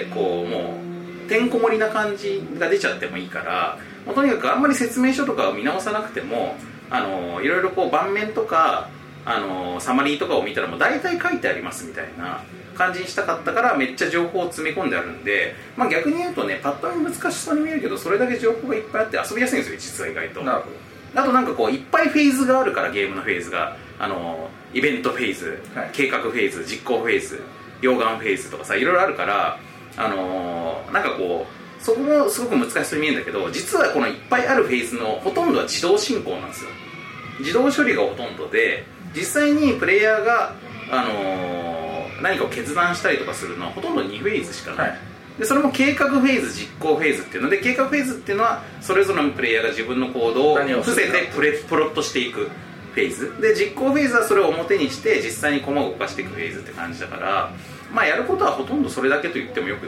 こうもうてんこ盛りな感じが出ちゃってもいいから、もうとにかくあんまり説明書とかを見直さなくても、あのいろいろこう盤面とかあのサマリーとかを見たらもう大体書いてありますみたいな感じにしたかったから、めっちゃ情報を詰め込んであるんで、まあ、逆に言うとね、パッと見難しそうに見えるけど、それだけ情報がいっぱいあって遊びやすいんですよ、実は意外と。なるほど。あとなんかこういっぱいフェーズがあるから、ゲームのフェーズがあのイベントフェーズ、はい、計画フェーズ、実行フェーズ、溶岩フェーズとかさ、いろいろあるから、あのなんかこうそこもすごく難しそうに見えるんだけど、実はこのいっぱいあるフェーズのほとんどは自動進行なんですよ。自動処理がほとんどで、実際にプレイヤーが、あのー、何かを決断したりとかするのはほとんどにフェーズしかない、はい、でそれも計画フェーズ、実行フェーズっていうので、計画フェーズっていうのはそれぞれのプレイヤーが自分の行動を伏せてプレプロットしていくフェーズで、実行フェーズはそれを表にして実際に駒を動かしていくフェーズって感じだから、まあ、やることはほとんどそれだけと言ってもよくって、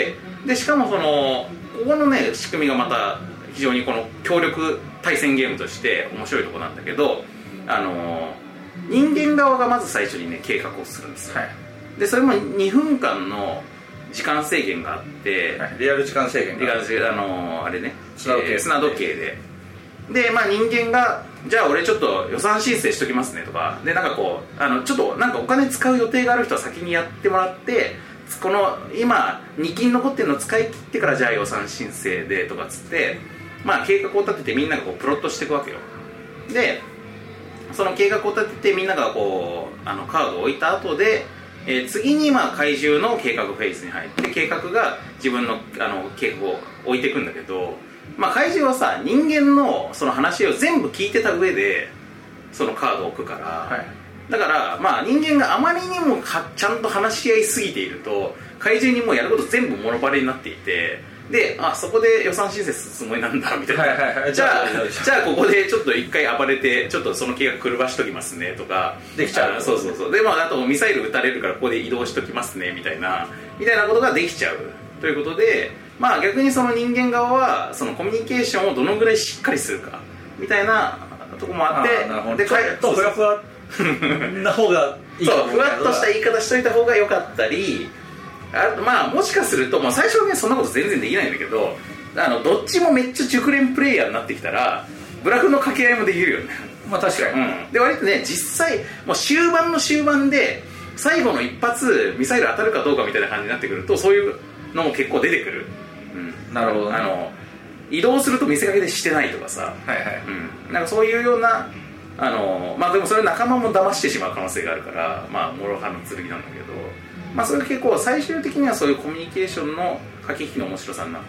でしかもそのここのね仕組みがまた非常にこの協力対戦ゲームとして面白いところなんだけど、あの人間側がまず最初にね計画をするんですよ、はい、でそれもにふんかんの時間制限があって、はい、 リアル時間制限があって、 あのあれね砂時計、えー、砂時計でで、まあ、人間がじゃあ俺ちょっと予算申請しときますねとかで、なんかこうあのちょっとなんかお金使う予定がある人は先にやってもらって、この今に金残ってるのを使い切ってからじゃあ予算申請でとかっつって、まあ、計画を立ててみんながこうプロットしていくわけよ。でその計画を立ててみんながこうあのカードを置いた後で、えー、次にまあ怪獣の計画フェーズに入って、計画が自分のあの計画を置いていくんだけど、まあ、怪獣はさ人間のその話を全部聞いてた上でそのカードを置くから、はい、だからまあ人間があまりにもかちゃんと話し合いすぎていると、怪獣にもうやること全部モノバレになっていて、であそこで予算申請するつもりなんだみたいな、はいはいはい、じゃあじゃあここでちょっと一回暴れてちょっとその計画狂わしときますねとかできちゃう。 そうそうそう。でもあとミサイル撃たれるからここで移動しときますねみたいなみたいなことができちゃうということで、まあ逆にその人間側はそのコミュニケーションをどのぐらいしっかりするかみたいなとこもあって、 なるほど、でちょっとふわふわな方がいいかも。 そう、ふわっとした言い方しといた方が良かったり、 あまあもしかすると、まあ、最初はねそんなこと全然できないんだけど、あのどっちもめっちゃ熟練プレイヤーになってきたらブラフの掛け合いもできるよね。 まあ確かに、 うん、で割とね実際もう終盤の終盤で最後の一発ミサイル当たるかどうかみたいな感じになってくるとそういうのも結構出てくる、うん、 なるほど、ね、 あの移動すると見せかけでしてないとかさ、 はいはい、 うん、なんかそういうようなあのまあでもそれ仲間も騙してしまう可能性があるからまあ諸刃の剣なんだけど、まあそれ結構最終的にはそういうコミュニケーションの駆け引きの面白さになって、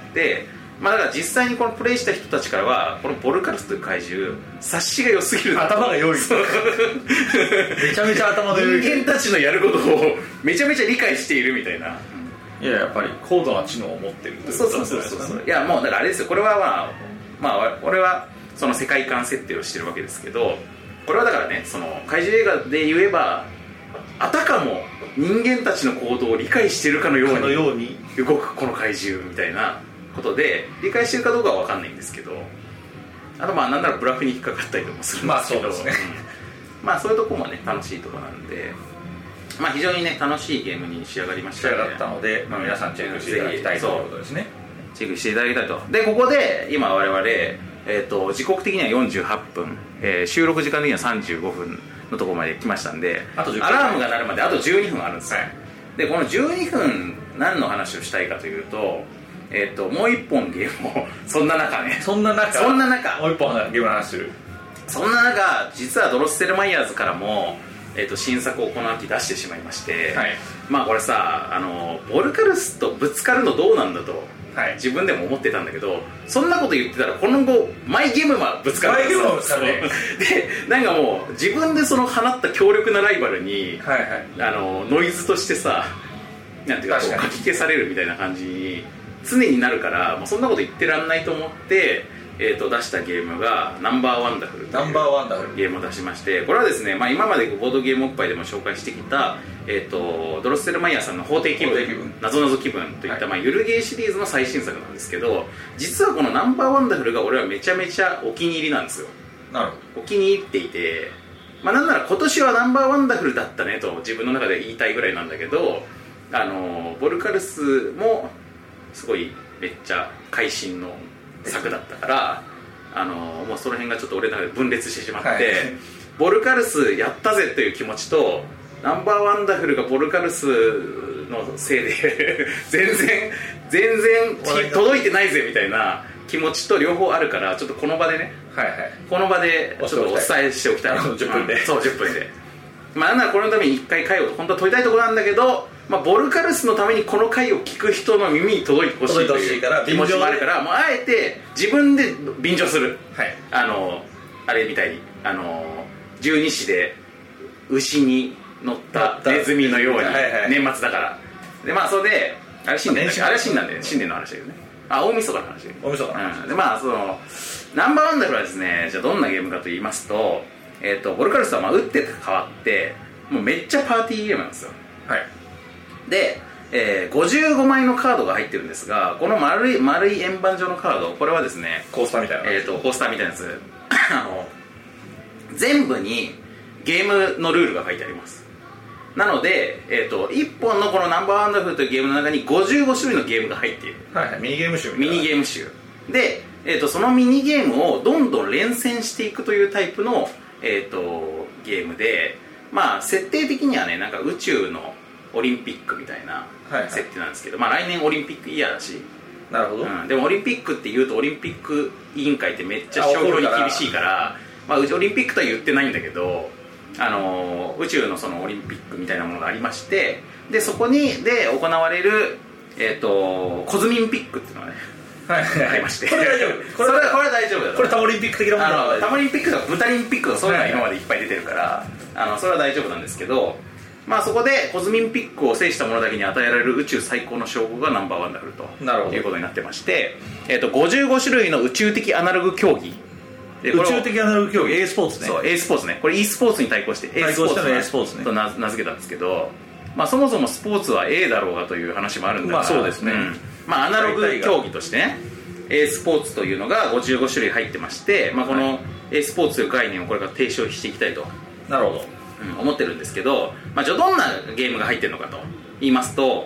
まあだから実際にこのプレイした人たちからはこのボルカルスという怪獣察しが良すぎる、 頭が良いめちゃめちゃ頭が良い、 人間たちのやることをめちゃめちゃ理解しているみたいな、 いややっぱり高度な知能を持ってるということですね。 そうそうそうそう、いやもうだからあれですよ、これはまあまあ俺はその世界観設定をしてるわけですけど、これはだからねその怪獣映画で言えばあたかも人間たちの行動を理解しているかのようにように動くこの怪獣みたいなことで理解してるかどうかは分かんないんですけど、あとまあなんならブラフに引っかかったりとかもするんですけど、まあそうですね、うん、まあそういうとこもね楽しいとこなんで、まあ非常にね楽しいゲームに仕上がりましたので、仕上がったので、まあ、皆さんチェックしていただきたいということですね。 チェックしていただきたいと。でここで今我々、えー、と時刻的にはよんじゅうはっぷん、えー、収録時間的にはさんじゅうごふんのところまで来ましたんで、 あとじゅっぷんアラームが鳴るまであとじゅうにふんあるんですよ、はい、でこのじゅうにふん何の話をしたいかというと、えー、ともう一本ゲームをそんな中ねそんな中そんな中もう一本ゲームの話する。 そんな中実はドロッセルマイヤーズからも、えー、と新作をこの秋出してしまいまして、はい、まあこれさあのボルカルスとぶつかるのどうなんだと、はい、自分でも思ってたんだけど、そんなこと言ってたらこの後マイゲームはぶつかるんですよ。 マイゲームはぶつかるねでなんかもう自分でその放った強力なライバルに、 はいはい、 あのノイズとしてさなんていうかこうかき消されるみたいな感じに常になるから、もうそんなこと言ってらんないと思って、えー、と出したゲームがナンバーワンダフルというゲームを出しまして、これはですね、まあ、今までボードゲームおっぱいでも紹介してきた、えー、とドロッセルマイヤーさんの法廷気分なぞなぞ気分といった、はい、まあ、ゆるゲーシリーズの最新作なんですけど、実はこのナンバーワンダフルが俺はめちゃめちゃお気に入りなんですよ。 なるほど。 お気に入っていて、まあ、なんなら今年はナンバーワンダフルだったねと自分の中で言いたいぐらいなんだけど、あのボルカルスもすごいめっちゃ会心の作だったから、あのもうその辺がちょっと俺の中で分裂してしまって、はい、ボルカルスやったぜという気持ちとナンバーワンダフルがボルカルスのせいで全然全然届いてないぜみたいな気持ちと両方あるから、ちょっとこの場でね、はいはい、この場でちょっとお伝えしておきたいじゅっぷんで、 そうじゅっぷんでまあなんならこのためにいっかい回を本当は取りたいところなんだけど、まあ、ボルカルスのためにこの回を聞く人の耳に届いてほしいという気持ちもあるから、もうあえて自分で便乗する、はい、あのあれみたいにあの十二支で牛に乗ったネズミのように年末だからで、まあそれであれ新年だっけ、あれは新年で新年の話だよね。あ、大晦日の話だよ。 大晦日の話、 うん、でまあそのナンバーワンダフルはですね、じゃあどんなゲームかと言いますと、えー、とボルカルスはまあ打って変わってもうめっちゃパーティーゲームなんですよ。はい。で、えー、ごじゅうごまいのカードが入ってるんですが、この丸い丸い円盤状のカード、これはですねコースターみたいな、 えー、とコースターみたいなやつあの全部にゲームのルールが書いてあります。なので、えー、といっぽんのこのナンバーワンダフルというゲームの中にごじゅうごしゅるいのゲームが入っている、 はいはい、ミニゲーム集みたいなミニゲーム集で、えー、とそのミニゲームをどんどん連戦していくというタイプの、えー、とゲームで、まあ設定的にはねなんか宇宙のオリンピックみたいな設定なんですけど、はいはい、まあ来年オリンピックイヤーだし、 なるほど、 うん、でもオリンピックって言うとオリンピック委員会ってめっちゃ商標に厳しいから、まあ、オリンピックとは言ってないんだけど、あのー、宇宙のそのオリンピックみたいなものがありまして、でそこにで行われる、えー、とコズミンピックっていうのがね、はいはいはい、ありまして、 これ大丈夫、これそれこれ大丈夫だと。 これタモリンピック的なものはタモリンピックとかブタリンピックとかそういうのが今までいっぱい出てるから、はいはい、あのそれは大丈夫なんですけど、まあ、そこでコズミンピックを制した者だけに与えられる宇宙最高の称号がナンバーワンダフルということになってまして、えー、とごじゅうごしゅるいの宇宙的アナログ競技で、宇宙的アナログ競技 e スポーツね。 そう e スポーツね、これ e スポーツに対抗して e スポーツと名付けたんですけど、まあ、そもそもスポーツは A だろうがという話もあるんだが、 まあそうですね、 うんまあ、アナログ競技としてね e スポーツというのがごじゅうごしゅるい入ってまして、まあ、この e スポーツという概念をこれから提唱していきたいと、 なるほど、 うん、思ってるんですけど、まあ、じゃあどんなゲームが入ってるのかと言いますと、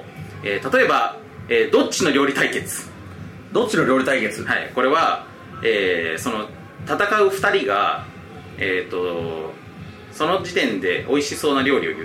えー、例えば、えー、どっちの料理対決。 どっちの料理対決。 はい、これは、えー、その戦うふたりが、えー、とその時点で美味しそうな料理を言って、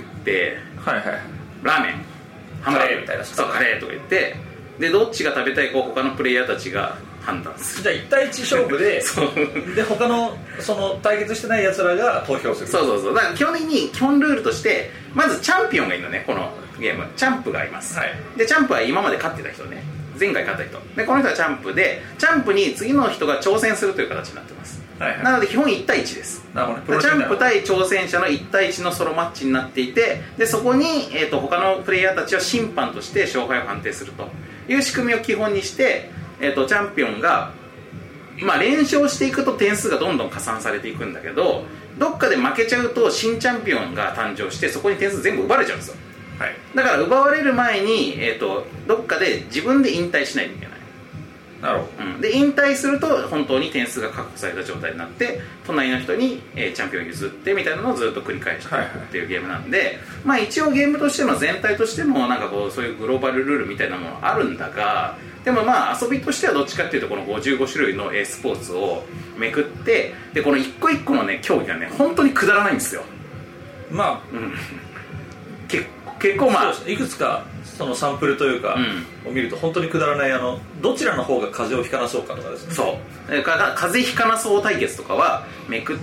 はいはい、 ラーメン、ハンバーグみたいな、 そうカレーとか言って、でどっちが食べたいかを他のプレイヤーたちが判断する。 じゃあいち対いち勝負でで他のその対決してないやつらが投票する。 そうそうそう。だから基本的に基本ルールとしてまずチャンピオンがいるのね、このゲーム。チャンプがいます、はい、でチャンプは今まで勝ってた人ね、前回勝った人で、この人はチャンプで、チャンプに次の人が挑戦するという形になってます、はいはい、なので基本いち対いちです。なるほど、チャンプ対挑戦者のいち対いちのソロマッチになっていて、でそこに、えー、と他のプレイヤーたちは審判として勝敗を判定するという仕組みを基本にして、えー、とチャンピオンが、まあ、連勝していくと点数がどんどん加算されていくんだけど、どっかで負けちゃうと新チャンピオンが誕生して、そこに点数全部奪われちゃうんですよ、はい、だから奪われる前に、えー、とどっかで自分で引退しないといけない。 なるほど、 うん、で引退すると本当に点数が確保された状態になって、隣の人に、えー、チャンピオンを譲ってみたいなのをずっと繰り返していくっていうゲームなんで、はいはい、まあ、一応ゲームとしての全体としてもなんかこうそういうグローバルルールみたいなものあるんだが、でもまあ遊びとしてはどっちかっていうとこのごじゅうご種類の e スポーツをめくって、でこの一個一個のね競技がね本当にくだらないんですよ。 まあ、うん、 結, 結構まあいくつかそのサンプルというか、うん、を見ると本当にくだらない、あのどちらの方が風邪をひかなそうかとかですね。 そうか風邪ひかなそう対決とかはめくって、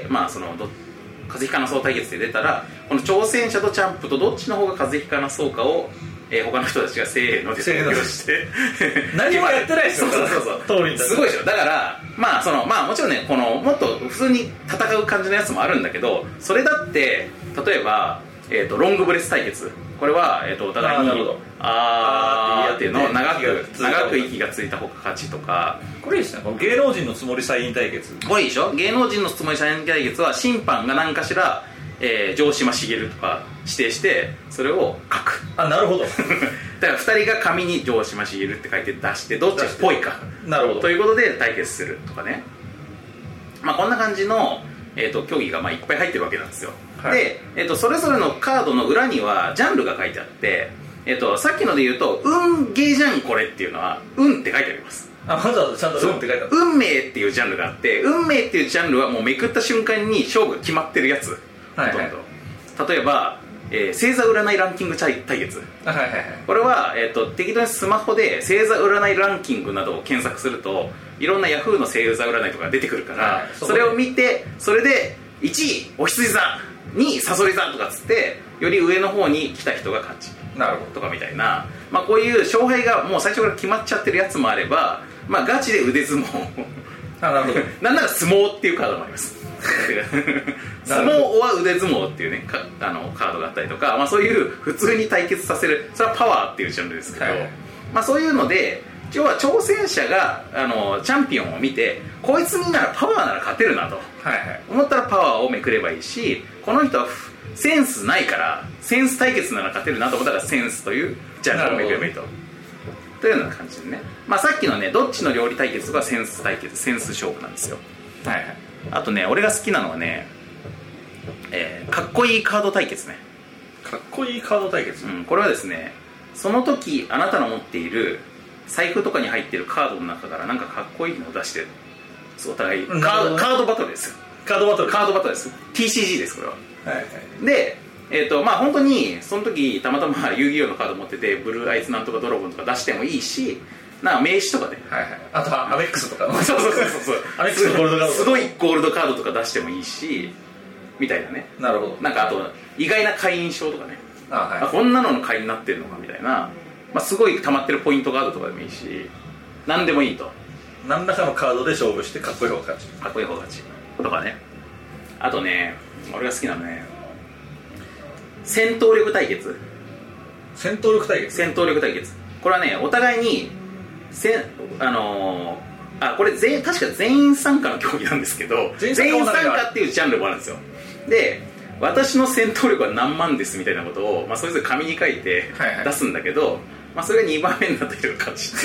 まあそのど風邪ひかなそう対決で出たら、この挑戦者とチャンプとどっちの方が風邪ひかなそうかを、えー、他の人たちがせーので投票して何もやってないですよ。 そうそうそうそうすごいでしょ。だからまあそのまあもちろんね、このもっと普通に戦う感じのやつもあるんだけど、それだって例えば、えー、とロングブレス対決、これは、えー、とお互いにあーっていうのを長く長く息がついた方が勝ちとか。 これいいですね、この芸能人のつもりサイン対決。 これいいでしょ。芸能人のつもりサイン対決は審判が何かしら、えー、城島茂とか指定してそれを書く。 あ、なるほどだからふたりが紙に城島茂って書いて出して、どっちがっぽいかなるほどということで対決するとかね。まあこんな感じの、えー、と競技がまあいっぱい入ってるわけなんですよ、はい、で、えー、とそれぞれのカードの裏にはジャンルが書いてあって、えー、とさっきので言うと運ゲーじゃんこれっていうのは運って書いてあります。 あ、わざわざちゃんと運って書いてある。 運命っていうジャンルがあって、運命っていうジャンルはもうめくった瞬間に勝負が決まってるやつ、はいはい、ほとんど。例えば、えー、星座占いランキング対決、 はいはいはい、 これは、えー、と適当にスマホで星座占いランキングなどを検索するといろんなヤフーの星座占いとか出てくるから、はい、そ, それを見て、それでいちいお羊座、にサソリ座とかっつってより上の方に来た人が勝ちなるほどとかみたいな、まあ、こういう勝敗がもう最初から決まっちゃってるやつもあれば、まあ、ガチで腕相撲あ、なるほどなんなら相撲っていうカードもあります相撲は腕相撲っていうねかあのカードがあったりとか、まあ、そういう普通に対決させる、それはパワーっていうジャンルですけど、はい、まあ、そういうので要は挑戦者があのチャンピオンを見て、こいつにならパワーなら勝てるなと、はいはい、思ったらパワーをめくればいいし、この人はセンスないからセンス対決なら勝てるなと思ったらセンスというジャンルをめくればいいとというような感じでね、まあ、さっきのねどっちの料理対決がセンス対決、センス勝負なんですよ、はいはい、あとね俺が好きなのはね、えー、かっこいいカード対決ね。 かっこいいカード対決、 うん、これはですね、その時あなたの持っている財布とかに入っているカードの中からなんかかっこいいのを出してお互いカード、カードバトルですよ。 カードバトルカードバトルです。 ティーシージー ですこれは、 はいはい、 で、えーとまあ、本当にその時たまたま遊戯王のカード持っててブルーアイズなんとかドラゴンとか出してもいいし、なんか名刺とかで、 はいはい、あとはアメックスとかそうそうそうそうアメックスのゴールドカードすごいゴールドカードとか出してもいいしみたいなね。 なるほど。 なんかあと意外な会員証とかね、あ、はい、あこんなのの会員になってるのかみたいな、まあ、すごい溜まってるポイントカードとかでもいいし何でもいいと。 何らかのカードで勝負してかっこいい方が勝ち、 かっこいい方が勝ちとかね。あとね俺が好きなのね、戦闘力対決。 戦闘力対決戦闘力対決これはねお互いにせあのー、あこれ全確か全員参加の競技なんですけど、全員参加っていうジャンルもあるんですよ。で私の戦闘力は何万ですみたいなことを、まあ、それぞれ紙に書いて出すんだけど、はいはい、まあ、それがにばんめになった人が勝ち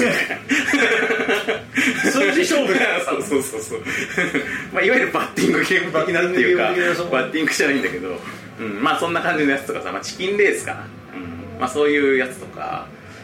数字勝負そうそうそうそうまあいわゆるバッティングゲーム的なっていうかバッティングじゃないんだけど、うん、まあそんな感じのやつとかさ、まあ、チキンレースかな、うん、まあそういうやつとか、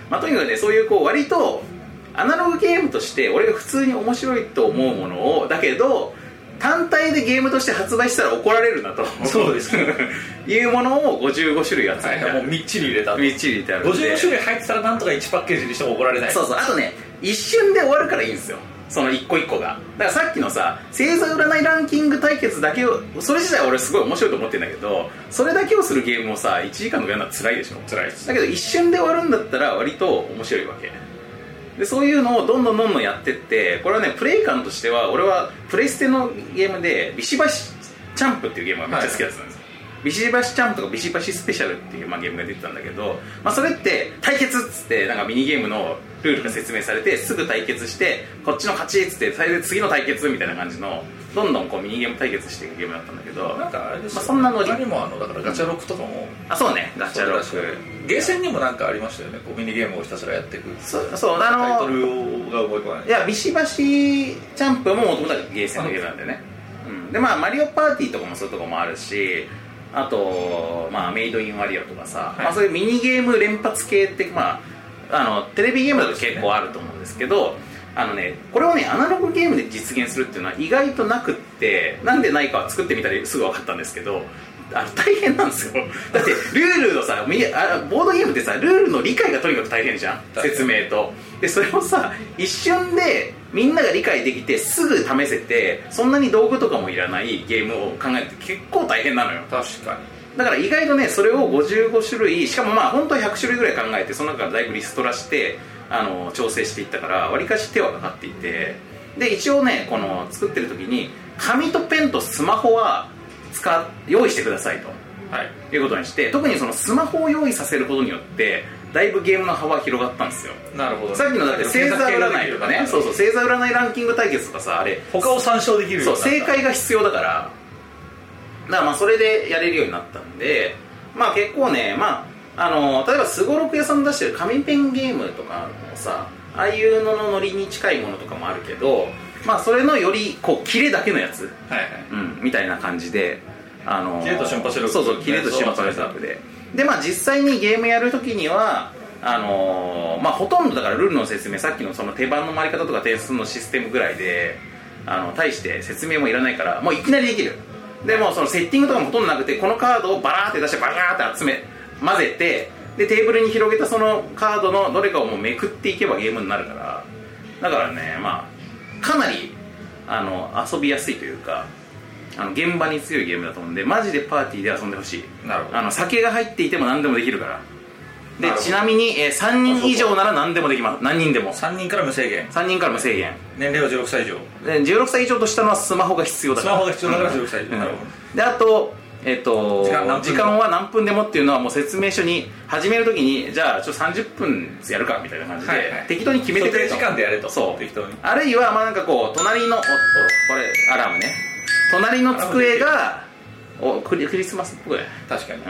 まあ、とにかくねそういうこう割とアナログゲームとして俺が普通に面白いと思うものをだけど単体でゲームとして発売したら怒られるなとそうですねいうものをごじゅうごしゅるい集めて、 はい、もうみっちり入れたみっちり入れてあるんでごじゅうごしゅるい入ってたらなんとかいちパッケージにしても怒られない。 そうそうあとね一瞬で終わるからいいんですよその一個一個が。だからさっきのさ星座占いランキング対決だけをそれ自体は俺すごい面白いと思ってるんだけどそれだけをするゲームをさいちじかんとかやるのは辛いでしょ。 辛いです。 だけど一瞬で終わるんだったら割と面白いわけでそういうのをどんどんどんどんやってってこれはねプレイ感としては俺はプレイステのゲームでビシバシチャンプっていうゲームがめっちゃ好きだったんですよ、はい、ビシバシチャンプとかビシバシスペシャルっていう、まあ、ゲームが出てたんだけど、まあ、それって対決っつってなんかミニゲームのルールが説明されてすぐ対決してこっちの勝ちっつって最初次の対決みたいな感じのどんどんこうミニゲーム対決していくゲームだったんだけどなんかあれですよ、 まあ、そんなの他にもあのだからガチャロックとかも、 うん、あそうねガチャロックゲーセンにもなんかありましたよねこうミニゲームをひたすらやっていくそうそうあのタイトルが覚えてこないいやビシバシチャンプももともとはゲーセンのゲームなんだよね、うん、でまあマリオパーティーとかもそういうとこもあるしあと、まあ、メイドインワリオとかさ、はいまあ、そういうミニゲーム連発系って、まあ、あのテレビゲームだと結構あると思うんですけどあのね、これをねアナログゲームで実現するっていうのは意外となくってなんでないかは作ってみたらすぐ分かったんですけどあの大変なんですよだってルールのさあボードゲームってさルールの理解がとにかく大変じゃん説明とでそれをさ一瞬でみんなが理解できてすぐ試せてそんなに道具とかもいらないゲームを考えるって結構大変なのよ。 確かにだから意外とねそれをごじゅうごしゅるいしかもまあ本当はひゃくしゅるいぐらい考えてその中からだいぶリストラしてあの調整していったからわりかし手はかかっていてで一応ねこの作ってる時に紙とペンとスマホは使用意してくださいと、はい、いうことにして特にそのスマホを用意させることによってだいぶゲームの幅は広がったんですよ。 なるほど、ね、 さっきのだって星座占いとかねそうそう星座占いランキング対決とかさあれ他を参照できるようになったそう正解が必要だからだからまあそれでやれるようになったんでまあ結構ねまああの例えばすごろく屋さん出してる紙ペンゲームとかもさああいうののノリに近いものとかもあるけどまあそれのよりこうキレだけのやつ、はいはいうん、みたいな感じであのキレと瞬発力そうそうキレと瞬発力ででまあ実際にゲームやるときにはあのー、まあほとんどだからルールの説明さっきのその手番の回り方とか点数のシステムぐらいであの大して説明もいらないからもういきなりできるでもそのセッティングとかもほとんどなくてこのカードをバラーって出してバラーって集め混ぜてでテーブルに広げたそのカードのどれかをもうめくっていけばゲームになるからだからねまあかなりあの遊びやすいというかあの現場に強いゲームだと思うんでマジでパーティーで遊んでほしい。なるほどあの酒が入っていても何でもできるからでちなみに、えー、さんにん以上なら何でもできます何人でもさんにんから無制限さんにんから無制限年齢はじゅうろくさい以上でじゅうろくさい以上としたのはスマホが必要だからスマホが必要だからじゅうろくさい以上、うん、なるほどであとえっと、 時間時間は何分でもっていうのはもう説明書に始めるときにじゃあちょっとさんじゅっぷんやるかみたいな感じで、はいはい、適当に決めてくれと時間でやれとそう適当にあるいはまあなんかこう隣のおっとこれアラームね隣の机がおクリ、クリスマスっぽい確かに、 うん、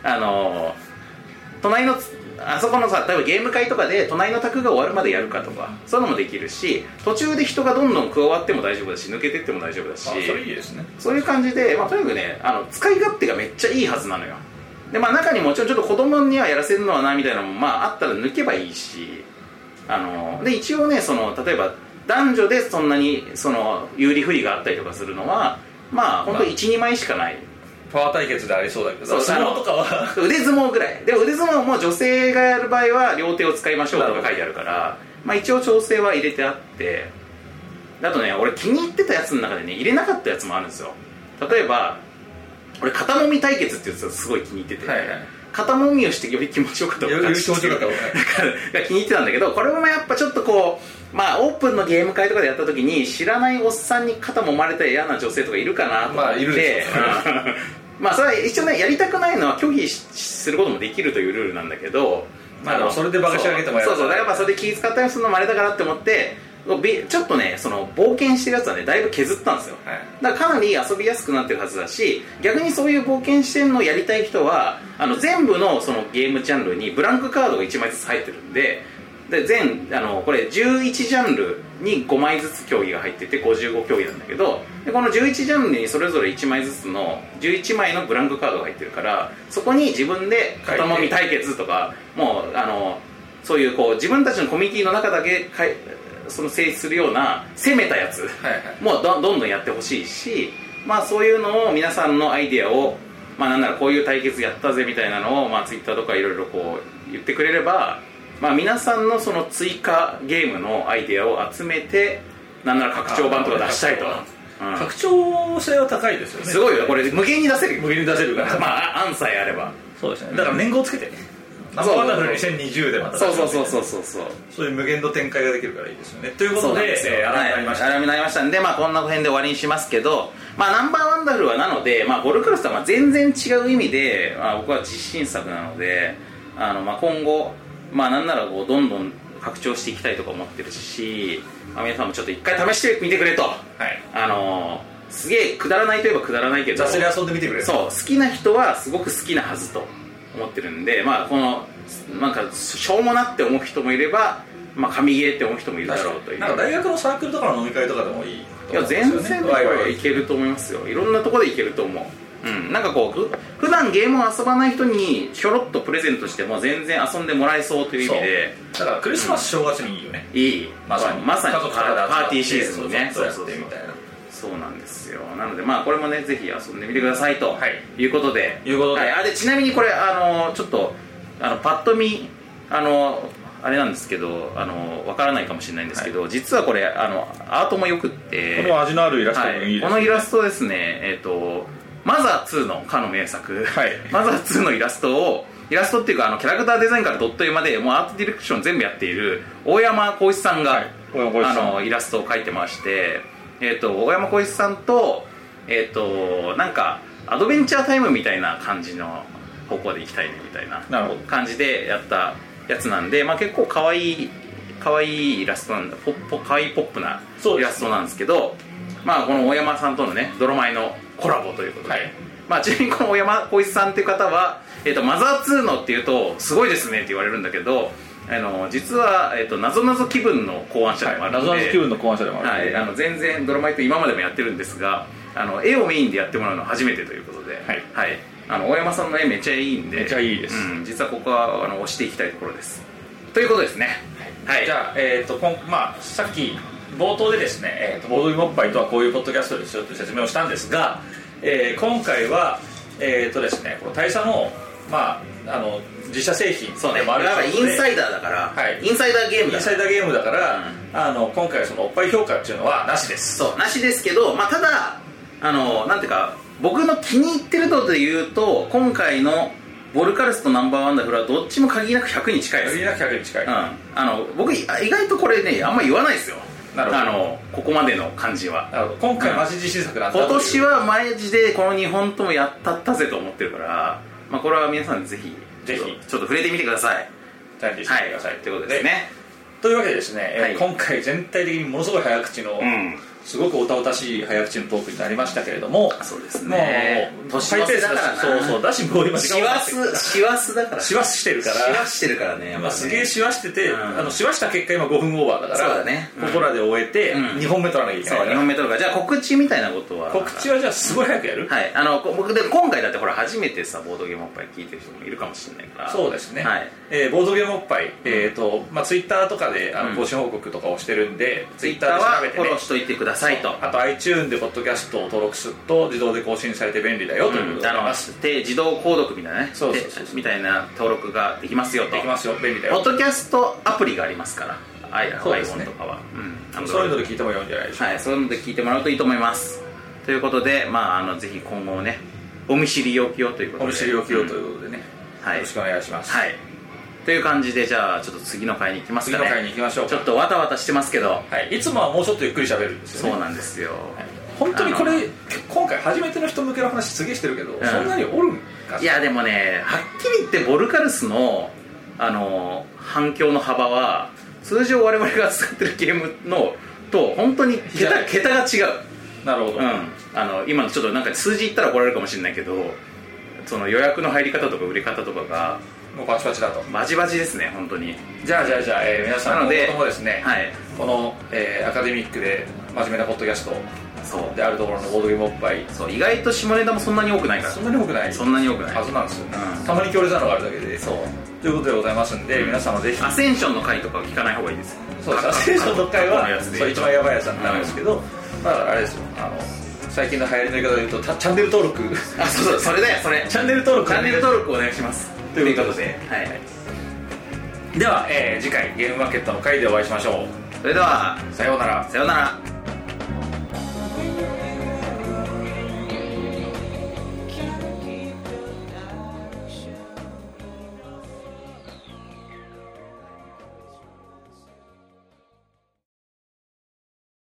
あの隣のあそこのさ例えばゲーム会とかで隣の卓が終わるまでやるかとかそういうのもできるし途中で人がどんどん加わっても大丈夫だし抜けてっても大丈夫だしあそれいいですねそういう感じで、まあ、とにかくねあの使い勝手がめっちゃいいはずなのよで、まあ、中にもちろんちょっと子供にはやらせるのはなみたいなのも、まあ、あったら抜けばいいしあので一応ねその例えば男女でそんなにその有利不利があったりとかするのはまあ本当いち、にまいしかないパワー対決でありそうだけど相撲とかは腕相撲ぐらいでも腕相撲も女性がやる場合は両手を使いましょうとか書いてあるから、まあ、一応調整は入れてあってあとね俺気に入ってたやつの中でね入れなかったやつもあるんですよ例えば俺肩もみ対決っていうやつがすごい気に入ってて、はいはい、肩もみをしてより気持ちよかったより気持ちよかったが気に入ってたんだけどこれもやっぱちょっとこうまあオープンのゲーム会とかでやった時に知らないおっさんに肩もまれたら嫌な女性とかいるかなと思って、まあ、いるでしょまあそれは一応ねやりたくないのは拒否することもできるというルールなんだけどまあでもそれでバカし上げてもやるそうそうだからやっぱそれで気使ったりするのもあれだからって思ってちょっとねその冒険してるやつはねだいぶ削ったんですよ、はい、だからかなり遊びやすくなってるはずだし逆にそういう冒険してるのをやりたい人はあの全部のそのゲームジャンルにブランクカードがいちまいずつ入ってるんでで全あのこれじゅういちジャンルにごまいずつ競技が入っててごじゅうご競技なんだけどでこのじゅういちジャンルにそれぞれいちまいずつのじゅういちまいのブランクカードが入ってるからそこに自分で肩もみ対決とかもうあのそういうこう自分たちのコミュニティの中だけかいその成立するような攻めたやつもどんどんやってほしいし、まあ、そういうのを皆さんのアイデアを、まあ、なんならこういう対決やったぜみたいなのを、まあ、ツイッターとかいろいろこう言ってくれれば、まあ、皆さんのその追加ゲームのアイデアを集めてなんなら拡張版とか出したいと。 うん、拡張性は高いですよね。 すごいよこれ無限に出せる無限に出せるからまあ案さえあれば。 そうですね、だから年号つけてね、ナンバーワンダフルにせんにじゅうでまたそうそうそうそうそうそうそういう無限の展開ができるからいいですよね。ということでえー、アラミになりました、はい、アラミになりましたんで、まあ、こんな辺で終わりにしますけど、まあ、ナンバーワンダフルはなので、まあ、ボルクラスとはまあ全然違う意味で、まあ、僕は実信作なのであの、まあ、今後、まあ、なんならこうどんどん拡張していきたいとか思ってるし、まあ、皆さんもちょっと一回試してみてくれと、はい、あのすげえくだらないといえばくだらないけど雑に遊んでみてくれ。 そう好きな人はすごく好きなはずと思ってるんで、まあ、このなんかしょうもなって思う人もいれば、まあ、神ゲーって思う人もいるだろうという。 なんか大学のサークルとかの飲み会とかでもいいと思うんですよね。 いや全然ワイワイいけると思いますよ。いろんなところでいけると思う。うん、なんかこう普段ゲームを遊ばない人にひょろっとプレゼントしても全然遊んでもらえそうという意味で、 だからクリスマス、正月にいいよね。 いい、まさにまさにパーティーシーズンにね、 そうやってみたいな。 そうなんですよ。なのでまあこれもねぜひ遊んでみてくださいということで、 いうことで、 はい、あでちなみにこれあのちょっとあのパッと見あのあれなんですけど、あのわからないかもしれないんですけど、はい、実はこれあのアートもよくって、 この味のあるイラストもいいですね、 はい、このイラストですね、えっ、ー、とマザーツーのかの名作、はい、マザーツーのイラストをイラストっていうかあのキャラクターデザインからドット絵までもうアートディレクション全部やっている大山浩一さんが、はい、あのイラストを描いてまして、えー、と大山浩一さんと、えー、となんかアドベンチャータイムみたいな感じの方向でいきたいねみたいな感じでやったやつなんで、まあ、結構かわいいかわいいイラストなんだポッポかわいいポップなイラストなんですけど、まあ、この大山さんとのね泥米のコラボということで、はい、まあ、ちなみにこの大山浩一さんっていう方は、えー、とマザーツーのっていうとすごいですねって言われるんだけど、あの実は、えー、と謎謎気分の考案者でもあるので、 はい、謎々気分の考案者でもあるので、 はい、あの全然ドラマイト今までもやってるんですが、あの絵をメインでやってもらうのは初めてということで、はいはい、あの大山さんの絵めっちゃいいんで、 めっちゃいいです、 うん、実はここはあの推していきたいところですということですね、 はいはい、じゃあ、えーとこんまあ、さっき冒頭でですね、えーとボードゲームおっぱいとはこういうポッドキャストですよという説明をしたんですが、えー、今回は、えーとですね、この大佐の、まあ、あの自社製品でもあるので、インサイダーだから、はい、インサイダーゲームだから、インサイダーゲームだから、 うん、あの今回そのおっぱい評価っていうのはなしです。 そうなしですけど、まあ、ただあのなんていうか僕の気に入ってるので言うと、今回のボルカルスとナンバーワンダフルはどっちも限りなくひゃくに近いです。 限りなくひゃくに近い、うん、 あの僕意外とこれねあんま言わないですよ。なるほど、あのここまでの感じは。 なるほど、今回マジ自信作なんだ、 うん、今年はマジでこのにほんともやったったぜと思ってるから、まあ、これは皆さんぜひぜひちょっと触れてみてください。 チャレンジしてみてください、はい、 ということですね。 というわけでですね、 はい、 今回全体的にものすごい早口の、うん、すごくおたおたしい早口のトークになりましたけれども、 そうですね、 もう年の瀬だからな、そうそうだし、もう今時間が師走師走だから師走してるから師走してるからね、 まあ、すげえ師走してて、うん、あの師走した結果今ごふんオーバーだから、 そうだね、 うん、ここらで終えて、うん、にほんめ取らなきゃいけないから、 そうにほんめ取るから、じゃあ告知みたいなことは告知はじゃあすごい早くやる。 はい、あの僕で今回だってほら初めてさボードゲームおっぱい聞いてる人もいるかもしれないから、 そうですね、 はい、 えー、ボードゲームおっぱい、えーとまあ、ツイッターとかであの更新報告とかをしてるんで、 ツイッターはフォローしといてくださいと、 あと iTunes でポッドキャストを登録すると自動で更新されて便利だよということであります、 うん、で自動購読みたいなね、そうそうそうそうみたいな登録ができますよと、 できますよ、便利だよ。 ポッドキャストアプリがありますから、iPhone とかは、 うん、そういうので聞いてもらうんじゃないでしょうか。 はい、そういうので聞いてもらうといいと思います。ということで、まあ、あのぜひ今後ねお見知りおきをということで、 お見知りおきをということでね、うん、はい、よろしくお願いします。 はい、という感じで、じゃあちょっと次の回に行きますかね。 次の回に行きましょうか。 ちょっとわたわたしてますけど、 はい、いつもはもうちょっとゆっくり喋るんですよね。 そうなんですよ、はい、 本当にこれ今回初めての人向けの話すげえしてるけど、うん、そんなにおるんか。 いやでもね、はっきり言ってボルカルスのあの反響の幅は通常我々が使ってるゲームのと本当に桁桁が違う。 なるほど、 うん、あの今のちょっとなんか数字言ったら怒られるかもしれないけど、その予約の入り方とか売れ方とかがもうバチバチだと、 バチバチですね本当に。 じゃあじゃあじゃあ、えー、皆さんのこともですね、 はい、 この、えー、アカデミックで真面目なポッドキャストそうであるところのボードゲームおっぱい、 そう意外と下ネタもそんなに多くないから、 そんなに多くないそんなに多くないはずなんですよね、 うん、 たまに強烈なのがあるだけで。 そうということでございますんで、うん、皆様ぜひアセンションの回とかは聞かない方がいいです。 そうです、アセンションの回はそう一番やばいやつなんですけど、うん、まああれですよ、あの最近の流行りの言い方で言うとチャンネル登録あ、そうそう、それだよ、それチャンネル登録チャンネル登録お願いしますということで、はい、では、えー、次回ゲームマーケットの回でお会いしましょう。 それではさようなら。 さようなら。